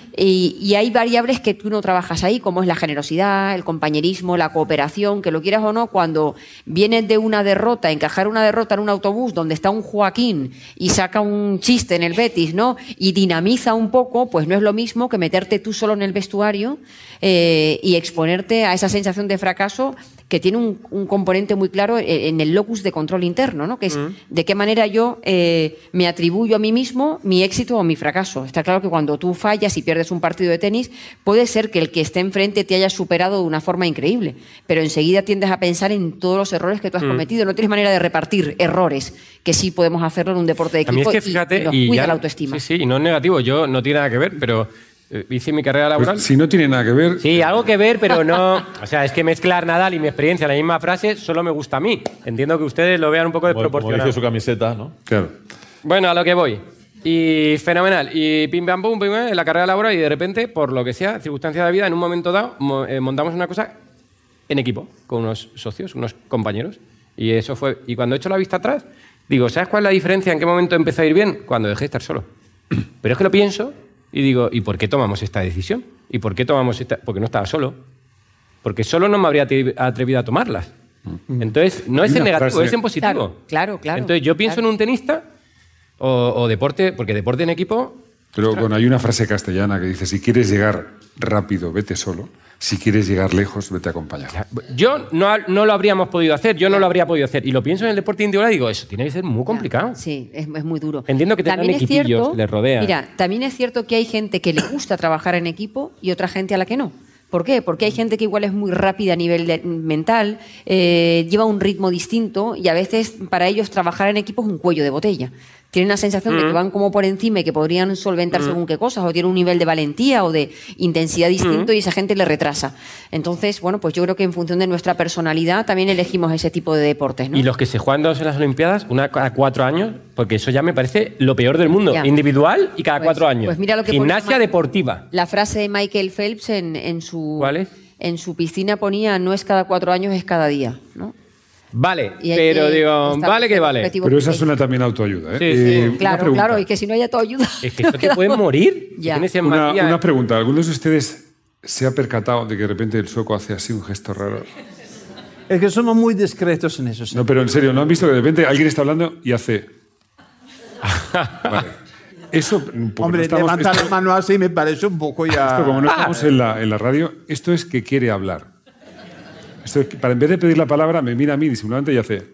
[SPEAKER 8] Y, y hay variables que tú no trabajas ahí, como es la generosidad, el compañerismo, la cooperación, que lo quieras o no, cuando vienes de una derrota, encajar una derrota en un autobús donde está un Joaquín y saca un chiste en el Betis, ¿no? Y dinamiza un poco, pues no es lo mismo que meterte tú solo en el vestuario eh, y exponerte a esa sensación de fracaso que tiene un, un componente muy claro en, en el locus de control interno, ¿no? Que es de qué manera yo eh, me atribuyo a mí mismo mi éxito o mi fracaso. Está claro que cuando tú fallas y pierdes un partido de tenis, puede ser que el que esté enfrente te haya superado de una forma increíble, pero enseguida tiendes a pensar en todos los errores que tú has cometido. No tienes manera de repartir errores, que sí podemos hacerlo en un deporte de
[SPEAKER 6] A mí
[SPEAKER 8] equipo
[SPEAKER 6] es que
[SPEAKER 8] y-
[SPEAKER 6] fíjate,
[SPEAKER 8] y nos
[SPEAKER 6] y
[SPEAKER 8] cuida
[SPEAKER 6] ya-
[SPEAKER 8] la autoestima.
[SPEAKER 6] Sí, sí, y no es negativo, yo no tiene nada que ver, pero eh, hice mi carrera laboral.
[SPEAKER 3] Pues, si no tiene nada que ver,
[SPEAKER 6] Sí, algo que ver, pero no. O sea, es que mezclar Nadal y mi experiencia en la misma frase solo me gusta a mí. Entiendo que ustedes lo vean un poco
[SPEAKER 7] Como, como
[SPEAKER 6] desproporcionado.
[SPEAKER 7] dice su camiseta, ¿no?
[SPEAKER 3] claro.
[SPEAKER 6] Bueno, a lo que voy. Y fenomenal. Y pim, pam, pum, pim, pam, en la carrera laboral y de repente, por lo que sea, circunstancia de vida, en un momento dado, mo- eh, montamos una cosa en equipo, con unos socios, unos compañeros. Y eso fue. Y cuando he hecho la vista atrás, digo, ¿sabes cuál es la diferencia? ¿En qué momento empezó a ir bien? Cuando dejé de estar solo. Pero es que lo pienso y digo, ¿y por qué tomamos esta decisión? ¿Y por qué tomamos esta? Porque no estaba solo. Porque solo no me habría atrevi- atrevido a tomarlas. Entonces, no
[SPEAKER 3] Hay
[SPEAKER 6] es en
[SPEAKER 3] una
[SPEAKER 6] negativo,
[SPEAKER 3] frase-
[SPEAKER 6] es en positivo.
[SPEAKER 8] Claro, claro, claro.
[SPEAKER 6] Entonces, yo pienso
[SPEAKER 8] Claro.
[SPEAKER 6] en un tenista o, o deporte, porque deporte en equipo.
[SPEAKER 3] Pero bueno, hay una frase castellana que dice, si quieres llegar rápido, vete solo. Si quieres llegar lejos, vete acompañado.
[SPEAKER 6] Yo no, no lo habríamos podido hacer, yo no lo habría podido hacer. Y lo pienso en el deporte individual y digo, eso tiene que ser muy complicado.
[SPEAKER 8] Sí, es, es muy duro.
[SPEAKER 6] Entiendo que tendrán
[SPEAKER 8] También es
[SPEAKER 6] equipillos,
[SPEAKER 8] cierto-
[SPEAKER 6] les rodean.
[SPEAKER 8] Mira, también es cierto que hay gente que le gusta trabajar en equipo y otra gente a la que no. ¿Por qué? Porque hay gente que igual es muy rápida a nivel de- mental, eh, lleva un ritmo distinto y a veces para ellos trabajar en equipo es un cuello de botella. Tienen la sensación de que van como por encima y que podrían solventar según qué cosas, o tienen un nivel de valentía o de intensidad distinto y esa gente le retrasa. Entonces, bueno, pues yo creo que en función de nuestra personalidad también elegimos ese tipo de deportes, ¿no?
[SPEAKER 6] Y los que se juegan dos en las Olimpiadas, una cada cuatro años, porque eso ya me parece lo peor del mundo.
[SPEAKER 8] Ya.
[SPEAKER 6] Individual y cada
[SPEAKER 8] Pues-
[SPEAKER 6] cuatro años.
[SPEAKER 8] pues mira lo que pone
[SPEAKER 6] Gimnasia
[SPEAKER 8] Ma-
[SPEAKER 6] deportiva.
[SPEAKER 8] La frase de Michael Phelps en, en su
[SPEAKER 6] ¿Cuál es?
[SPEAKER 8] en su piscina ponía no es cada cuatro años, es cada día, ¿no?
[SPEAKER 6] Vale,
[SPEAKER 8] Y hay
[SPEAKER 6] pero
[SPEAKER 8] que
[SPEAKER 6] digo,
[SPEAKER 8] establecer
[SPEAKER 6] vale que vale.
[SPEAKER 8] objetivos
[SPEAKER 3] Pero esa
[SPEAKER 8] pequeños.
[SPEAKER 3] suena también a autoayuda. ¿eh?
[SPEAKER 6] Sí, sí.
[SPEAKER 3] Eh, una
[SPEAKER 8] Claro,
[SPEAKER 3] pregunta.
[SPEAKER 8] claro, y que si no haya todo ayuda.
[SPEAKER 6] Es que esto te pueden morir. Si
[SPEAKER 8] Ya.
[SPEAKER 6] tienes
[SPEAKER 3] Una,
[SPEAKER 6] empatía.
[SPEAKER 3] una pregunta. ¿Algunos de ustedes se ha percatado de que de repente el sueco hace así un gesto raro?
[SPEAKER 5] Es que somos muy discretos en eso.
[SPEAKER 3] No, pero en serio, ¿no han visto que de repente alguien está hablando y hace... Vale. Eso, porque
[SPEAKER 5] Hombre,
[SPEAKER 3] no estamos,
[SPEAKER 5] levantar
[SPEAKER 3] esto,
[SPEAKER 5] la mano así me parece un poco ya...
[SPEAKER 3] esto como no estamos en la, en la radio, esto es que quiere hablar. Esto es que, para en vez de pedir la palabra, me mira a mí disimuladamente y hace...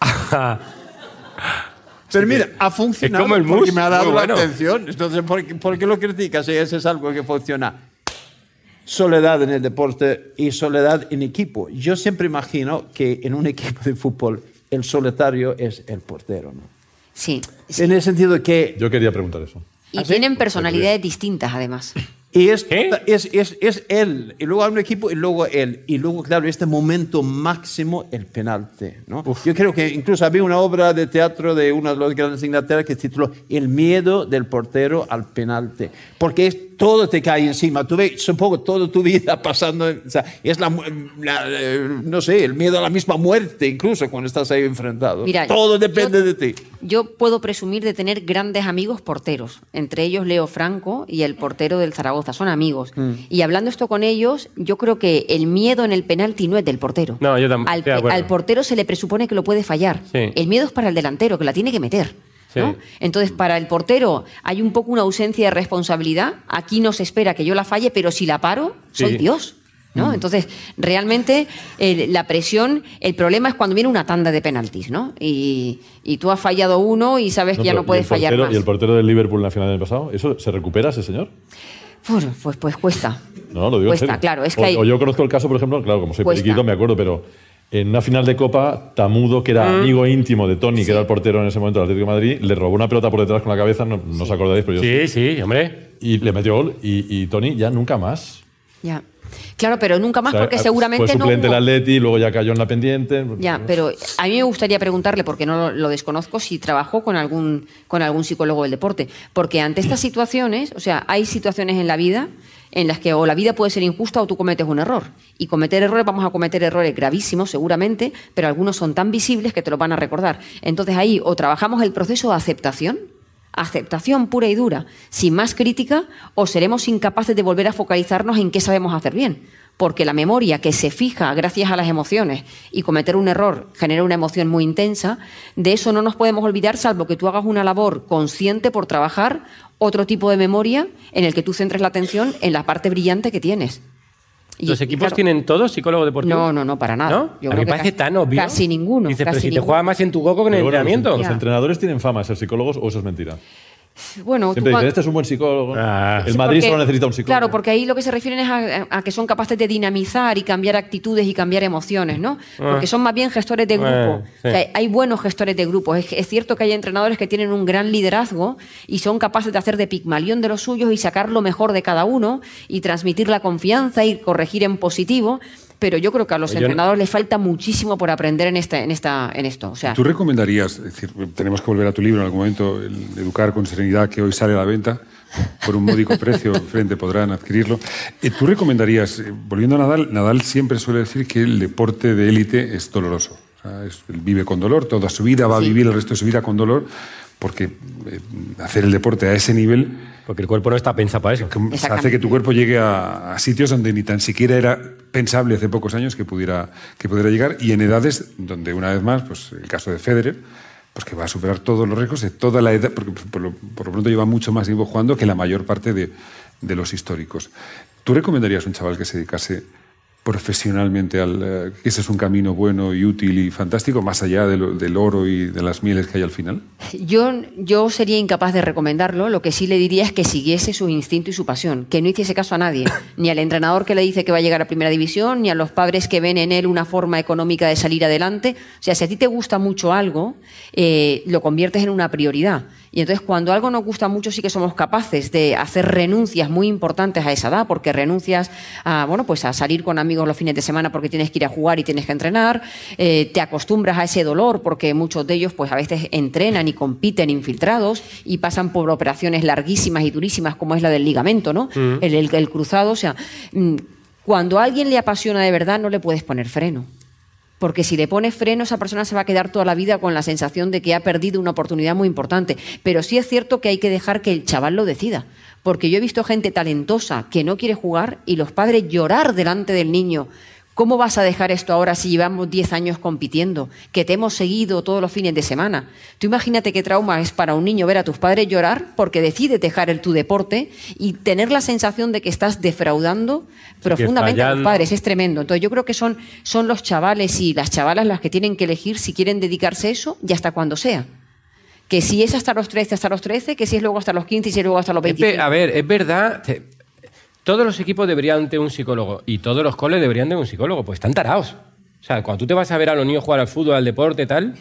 [SPEAKER 5] Pero mira, ha funcionado
[SPEAKER 6] como el
[SPEAKER 5] porque
[SPEAKER 6] mus,
[SPEAKER 5] me ha dado
[SPEAKER 6] muy
[SPEAKER 5] la
[SPEAKER 6] bueno.
[SPEAKER 5] atención. Entonces, ¿por qué, por qué lo criticas si eso es algo que funciona? Soledad en el deporte y soledad en equipo. Yo siempre imagino que en un equipo de fútbol el solitario es el portero, ¿no?
[SPEAKER 8] Sí, sí.
[SPEAKER 5] En el sentido de que...
[SPEAKER 7] Yo quería preguntar eso.
[SPEAKER 8] Y tienen personalidades distintas, además.
[SPEAKER 5] Y es,
[SPEAKER 6] ¿Eh?
[SPEAKER 5] es, es, es él, y luego hay un equipo, y luego él. Y luego, claro, este momento máximo, el penalti, ¿no? Yo creo que incluso había una obra de teatro de uno de los grandes de Inglaterra que se tituló El miedo del portero al penalti. Porque es, todo te cae encima. Tú ves, supongo, toda tu vida pasando... O sea, es la, la, no sé, el miedo a la misma muerte, incluso cuando estás ahí enfrentado.
[SPEAKER 8] Mira,
[SPEAKER 5] todo depende
[SPEAKER 8] yo,
[SPEAKER 5] de ti.
[SPEAKER 8] Yo puedo presumir de tener grandes amigos porteros, entre ellos Leo Franco y el portero del Zaragoza. Son amigos. Mm. Y hablando esto con ellos, yo creo que el miedo en el penalti no es del portero.
[SPEAKER 6] No, yo tampoco.
[SPEAKER 8] Al, al portero se le presupone que lo puede fallar.
[SPEAKER 6] Sí.
[SPEAKER 8] El miedo es para el delantero, que la tiene que meter. ¿no? Sí. Entonces, para el portero hay un poco una ausencia de responsabilidad. Aquí no se espera que yo la falle, pero si la paro, soy sí. Dios. ¿no? Mm. Entonces, realmente eh, la presión, el problema es cuando viene una tanda de penaltis, ¿no? Y, y tú has fallado uno y sabes no, que ya no puedes fallar más.
[SPEAKER 7] ¿Y el portero del Liverpool en la final del pasado? ¿Eso se recupera ese señor?
[SPEAKER 8] Pues, pues, pues cuesta.
[SPEAKER 7] No, lo digo
[SPEAKER 8] cuesta,
[SPEAKER 7] en serio.
[SPEAKER 8] Claro. Es que
[SPEAKER 7] o,
[SPEAKER 8] hay...
[SPEAKER 7] o yo conozco el caso, por ejemplo, claro, como soy cuesta. periquito, me acuerdo, pero en una final de Copa, Tamudo, que era mm. amigo íntimo de Toni, sí. que era el portero en ese momento del Atlético de Madrid, le robó una pelota por detrás con la cabeza, no, no os acordaréis, pero yo
[SPEAKER 6] sí. Sí, sí, hombre.
[SPEAKER 7] Y le metió gol, y, y Toni ya nunca más.
[SPEAKER 8] Ya. Claro, pero nunca más, o sea, porque seguramente
[SPEAKER 7] fue suplente
[SPEAKER 8] no hubo...
[SPEAKER 7] del Atleti, luego ya cayó en la pendiente.
[SPEAKER 8] Ya, pero a mí me gustaría preguntarle, porque no lo, lo desconozco, si trabajó con algún, con algún psicólogo del deporte. Porque ante estas situaciones, o sea, hay situaciones en la vida en las que o la vida puede ser injusta o tú cometes un error. Y cometer errores, vamos a cometer errores gravísimos seguramente, pero algunos son tan visibles que te los van a recordar. Entonces ahí o trabajamos el proceso de aceptación, aceptación pura y dura, sin más crítica, o seremos incapaces de volver a focalizarnos en qué sabemos hacer bien. Porque la memoria que se fija gracias a las emociones y cometer un error genera una emoción muy intensa, de eso no nos podemos olvidar, salvo que tú hagas una labor consciente por trabajar otro tipo de memoria en el que tú centres la atención en la parte brillante que tienes. Y,
[SPEAKER 6] ¿Los equipos
[SPEAKER 8] claro,
[SPEAKER 6] tienen todos psicólogos deportivos?
[SPEAKER 8] No, no, no, para nada.
[SPEAKER 6] ¿No?
[SPEAKER 8] Yo
[SPEAKER 6] a mí me parece
[SPEAKER 8] casi,
[SPEAKER 6] tan obvio.
[SPEAKER 8] Casi ninguno.
[SPEAKER 6] Dices,
[SPEAKER 8] casi
[SPEAKER 6] pero si
[SPEAKER 8] ninguno.
[SPEAKER 6] te juega más en tu coco que en el
[SPEAKER 7] bueno,
[SPEAKER 6] entrenamiento.
[SPEAKER 7] Los, los
[SPEAKER 8] ya.
[SPEAKER 7] entrenadores tienen fama de ser psicólogos, o eso es mentira.
[SPEAKER 8] Bueno,
[SPEAKER 7] siempre
[SPEAKER 8] tú,
[SPEAKER 7] dicen, este es un buen psicólogo.
[SPEAKER 6] Ah,
[SPEAKER 7] el
[SPEAKER 8] sí,
[SPEAKER 7] Madrid
[SPEAKER 8] porque,
[SPEAKER 7] solo necesita un psicólogo.
[SPEAKER 8] Claro, porque ahí lo que se refieren es a, a que son capaces de dinamizar y cambiar actitudes y cambiar emociones, ¿no? Porque son más bien gestores de grupo.
[SPEAKER 6] Bueno, sí.
[SPEAKER 8] O sea, hay, hay buenos gestores de grupo. Es, es cierto que hay entrenadores que tienen un gran liderazgo y son capaces de hacer de Pigmalión de los suyos y sacar lo mejor de cada uno y transmitir la confianza y corregir en positivo. Pero yo creo que a los
[SPEAKER 6] yo
[SPEAKER 8] entrenadores
[SPEAKER 6] no...
[SPEAKER 8] les falta muchísimo por aprender en, esta, en, esta, en esto. O sea,
[SPEAKER 3] ¿tú recomendarías, es decir, tenemos que volver a tu libro en algún momento, el Educar con Serenidad, que hoy sale a la venta, por un módico precio, enfrente podrán adquirirlo. ¿Tú recomendarías, volviendo a Nadal, Nadal siempre suele decir que el deporte de élite es doloroso? O sea, es, él vive con dolor, toda su vida va sí. a vivir el resto de su vida con dolor, porque eh, hacer el deporte a ese nivel...
[SPEAKER 6] Porque el cuerpo no está pensado para eso.
[SPEAKER 3] Hace que tu cuerpo llegue a, a sitios donde ni tan siquiera era pensable hace pocos años que pudiera, que pudiera llegar, y en edades donde, una vez más, pues el caso de Federer, pues que va a superar todos los récords de toda la edad, porque por lo, por lo pronto lleva mucho más tiempo jugando que la mayor parte de, de los históricos. ¿Tú recomendarías a un chaval que se dedicase profesionalmente al... Eh, que ese es un camino bueno y útil y fantástico, más allá de lo, del oro y de las mieles que hay al final?
[SPEAKER 8] Yo, yo sería incapaz de recomendarlo. Lo que sí le diría es que siguiese su instinto y su pasión, que no hiciese caso a nadie, ni al entrenador que le dice que va a llegar a primera división, ni a los padres que ven en él una forma económica de salir adelante. O sea, si a ti te gusta mucho algo, eh, lo conviertes en una prioridad. Y entonces, cuando algo nos gusta mucho, sí que somos capaces de hacer renuncias muy importantes a esa edad, porque renuncias a, bueno, pues a salir con amigos los fines de semana porque tienes que ir a jugar y tienes que entrenar, eh, te acostumbras a ese dolor porque muchos de ellos pues a veces entrenan y compiten infiltrados y pasan por operaciones larguísimas y durísimas como es la del ligamento, ¿no? Mm. El, el, el cruzado, o sea, cuando a alguien le apasiona de verdad no le puedes poner freno. Porque si le pones freno, esa persona se va a quedar toda la vida con la sensación de que ha perdido una oportunidad muy importante. Pero sí es cierto que hay que dejar que el chaval lo decida. Porque yo he visto gente talentosa que no quiere jugar y los padres llorar delante del niño. ¿Cómo vas a dejar esto ahora si llevamos diez años compitiendo? Que te hemos seguido todos los fines de semana. Tú imagínate qué trauma es para un niño ver a tus padres llorar porque decides dejar el, tu deporte y tener la sensación de que estás defraudando profundamente a tus padres. Es tremendo. Entonces yo creo que son, son los chavales y las chavalas las que tienen que elegir si quieren dedicarse a eso y hasta cuando sea. Que si es hasta los trece, hasta los trece, que si es luego hasta los quince y si es luego hasta los veinticinco.
[SPEAKER 6] A ver, es verdad... Te... Todos los equipos deberían tener un psicólogo y todos los coles deberían tener un psicólogo, pues están tarados. O sea, cuando tú te vas a ver a los niños jugar al fútbol, al deporte, tal,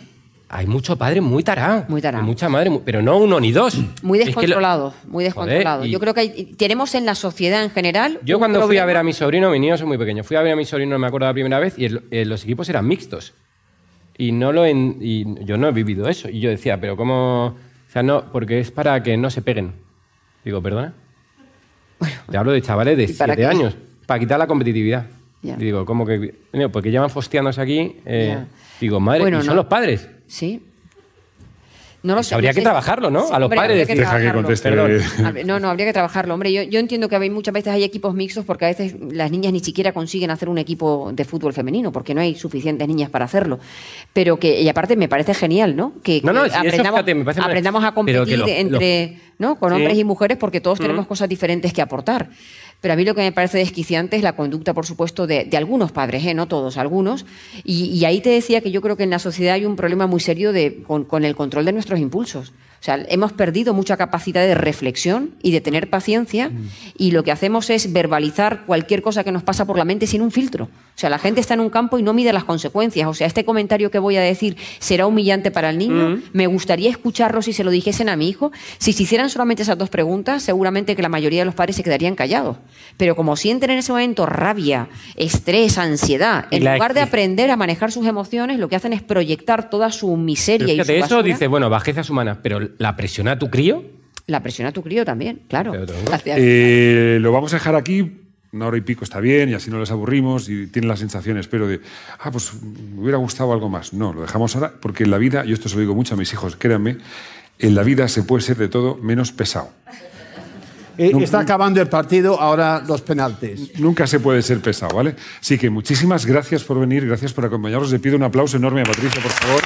[SPEAKER 6] hay mucho padre muy tarado.
[SPEAKER 8] Muy tarado.
[SPEAKER 6] Mucha madre, muy- pero no uno ni dos.
[SPEAKER 8] Muy
[SPEAKER 6] Es que lo-
[SPEAKER 8] descontrolado, muy descontrolado.
[SPEAKER 6] Joder, y-
[SPEAKER 8] Yo creo que hay- tenemos en la sociedad en general.
[SPEAKER 6] Yo
[SPEAKER 8] un
[SPEAKER 6] cuando fui a
[SPEAKER 8] problema-
[SPEAKER 6] ver a mi sobrino, mi niño es muy pequeño, fui a ver a mi sobrino, no me acuerdo la primera vez, y el- eh, los equipos eran mixtos. Y, no lo en- y yo no he vivido eso. Y yo decía, pero ¿cómo...? O sea, no, porque es para que no se peguen. Digo, ¿perdona? Te hablo de chavales de
[SPEAKER 8] ¿Y para
[SPEAKER 6] siete
[SPEAKER 8] qué?
[SPEAKER 6] años, para quitar la competitividad.
[SPEAKER 8] Ya.
[SPEAKER 6] Y digo, ¿cómo que...? Coño, porque llevan fosteándose aquí. eh,
[SPEAKER 8] Ya.
[SPEAKER 6] digo, madre,
[SPEAKER 8] Bueno,
[SPEAKER 6] y son
[SPEAKER 8] no.
[SPEAKER 6] los padres.
[SPEAKER 8] Sí. No lo sé.
[SPEAKER 6] Habría
[SPEAKER 8] no
[SPEAKER 6] que
[SPEAKER 8] sé.
[SPEAKER 6] trabajarlo, ¿no?
[SPEAKER 8] Sí,
[SPEAKER 6] A los
[SPEAKER 8] hombre,
[SPEAKER 6] padres
[SPEAKER 8] habría que
[SPEAKER 6] decir-
[SPEAKER 3] Deja que
[SPEAKER 8] trabajarlo.
[SPEAKER 3] conteste.
[SPEAKER 6] Perdón.
[SPEAKER 8] Hable- No, no, habría que trabajarlo. Hombre, yo, yo entiendo que hay, muchas veces hay equipos mixtos porque a veces las niñas ni siquiera consiguen hacer un equipo de fútbol femenino porque no hay suficientes niñas para hacerlo. Pero que, y aparte me parece genial, ¿no? Que,
[SPEAKER 6] No, no,
[SPEAKER 8] que
[SPEAKER 6] sí, eso,
[SPEAKER 8] aprendamos,
[SPEAKER 6] fíjate, me parece muy-
[SPEAKER 8] aprendamos a
[SPEAKER 6] pero que
[SPEAKER 8] competir
[SPEAKER 6] lo-
[SPEAKER 8] entre, ¿no? Con
[SPEAKER 6] Sí.
[SPEAKER 8] hombres y mujeres porque todos tenemos cosas diferentes que aportar. Pero a mí lo que me parece desquiciante es la conducta, por supuesto, de, de algunos padres, ¿eh? No todos, algunos. Y, y ahí te decía que yo creo que en la sociedad hay un problema muy serio de, con, con el control de nuestros impulsos. O sea, hemos perdido mucha capacidad de reflexión y de tener paciencia y lo que hacemos es verbalizar cualquier cosa que nos pasa por la mente sin un filtro. O sea, la gente está en un campo y no mide las consecuencias. O sea, este comentario que voy a decir será humillante para el niño. Me gustaría escucharlo si se lo dijesen a mi hijo. Si se hicieran solamente esas dos preguntas, seguramente que la mayoría de los padres se quedarían callados. Pero como sienten en ese momento rabia, estrés, ansiedad,
[SPEAKER 6] Y
[SPEAKER 8] en
[SPEAKER 6] la
[SPEAKER 8] lugar de
[SPEAKER 6] exi-
[SPEAKER 8] aprender a manejar sus emociones, lo que hacen es proyectar toda su miseria
[SPEAKER 6] Pero
[SPEAKER 8] y su
[SPEAKER 6] fíjate, eso
[SPEAKER 8] basura.
[SPEAKER 6] dice, bueno, bajezas humanas, pero la presión a tu crío.
[SPEAKER 8] La presión a tu crío también, claro.
[SPEAKER 6] Pero otro, ¿no?
[SPEAKER 8] Gracias.
[SPEAKER 3] Eh, lo vamos a dejar aquí. Una hora y pico está bien y así no les aburrimos y tienen la sensación, espero, de, ah, pues me hubiera gustado algo más. No, lo dejamos ahora porque en la vida, y esto se lo digo mucho a mis hijos, créanme, en la vida se puede ser de todo menos pesado.
[SPEAKER 5] Eh, Está acabando el partido, ahora los penaltis.
[SPEAKER 3] Nunca se puede ser pesado, ¿vale? Así que muchísimas gracias por venir, gracias por acompañarnos. Le pido un aplauso enorme a Patricia, por favor.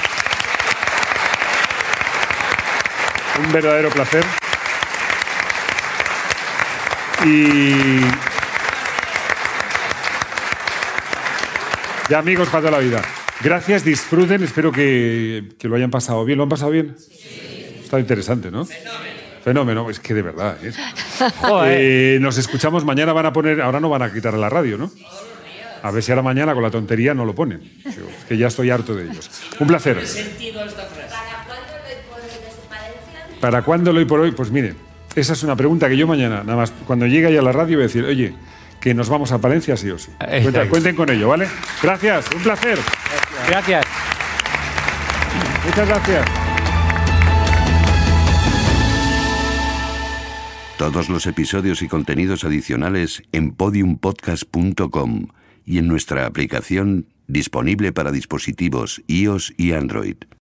[SPEAKER 3] Un verdadero placer. Y... Ya, amigos, para toda la vida. Gracias, disfruten, espero que, que lo hayan pasado bien. ¿Lo han pasado bien? Sí. Está interesante, ¿no? Fenómeno. Fenómeno, es que de verdad. ¿eh? Eh, nos escuchamos mañana, van a poner, ahora no van a quitar la radio, ¿no? A ver si ahora mañana con la tontería no lo ponen. Es que ya estoy harto de ellos. Un placer. ¿Para cuándo lo hoy por hoy? Pues mire, esa es una pregunta que yo mañana, nada más, cuando llegue ahí a la radio voy a decir, oye, que nos vamos a Palencia sí o sí. Cuenten, cuenten con ello, ¿vale? Gracias, un placer.
[SPEAKER 6] Gracias.
[SPEAKER 3] Muchas gracias.
[SPEAKER 9] Todos los episodios y contenidos adicionales en podium podcast punto com y en nuestra aplicación disponible para dispositivos iOS y Android.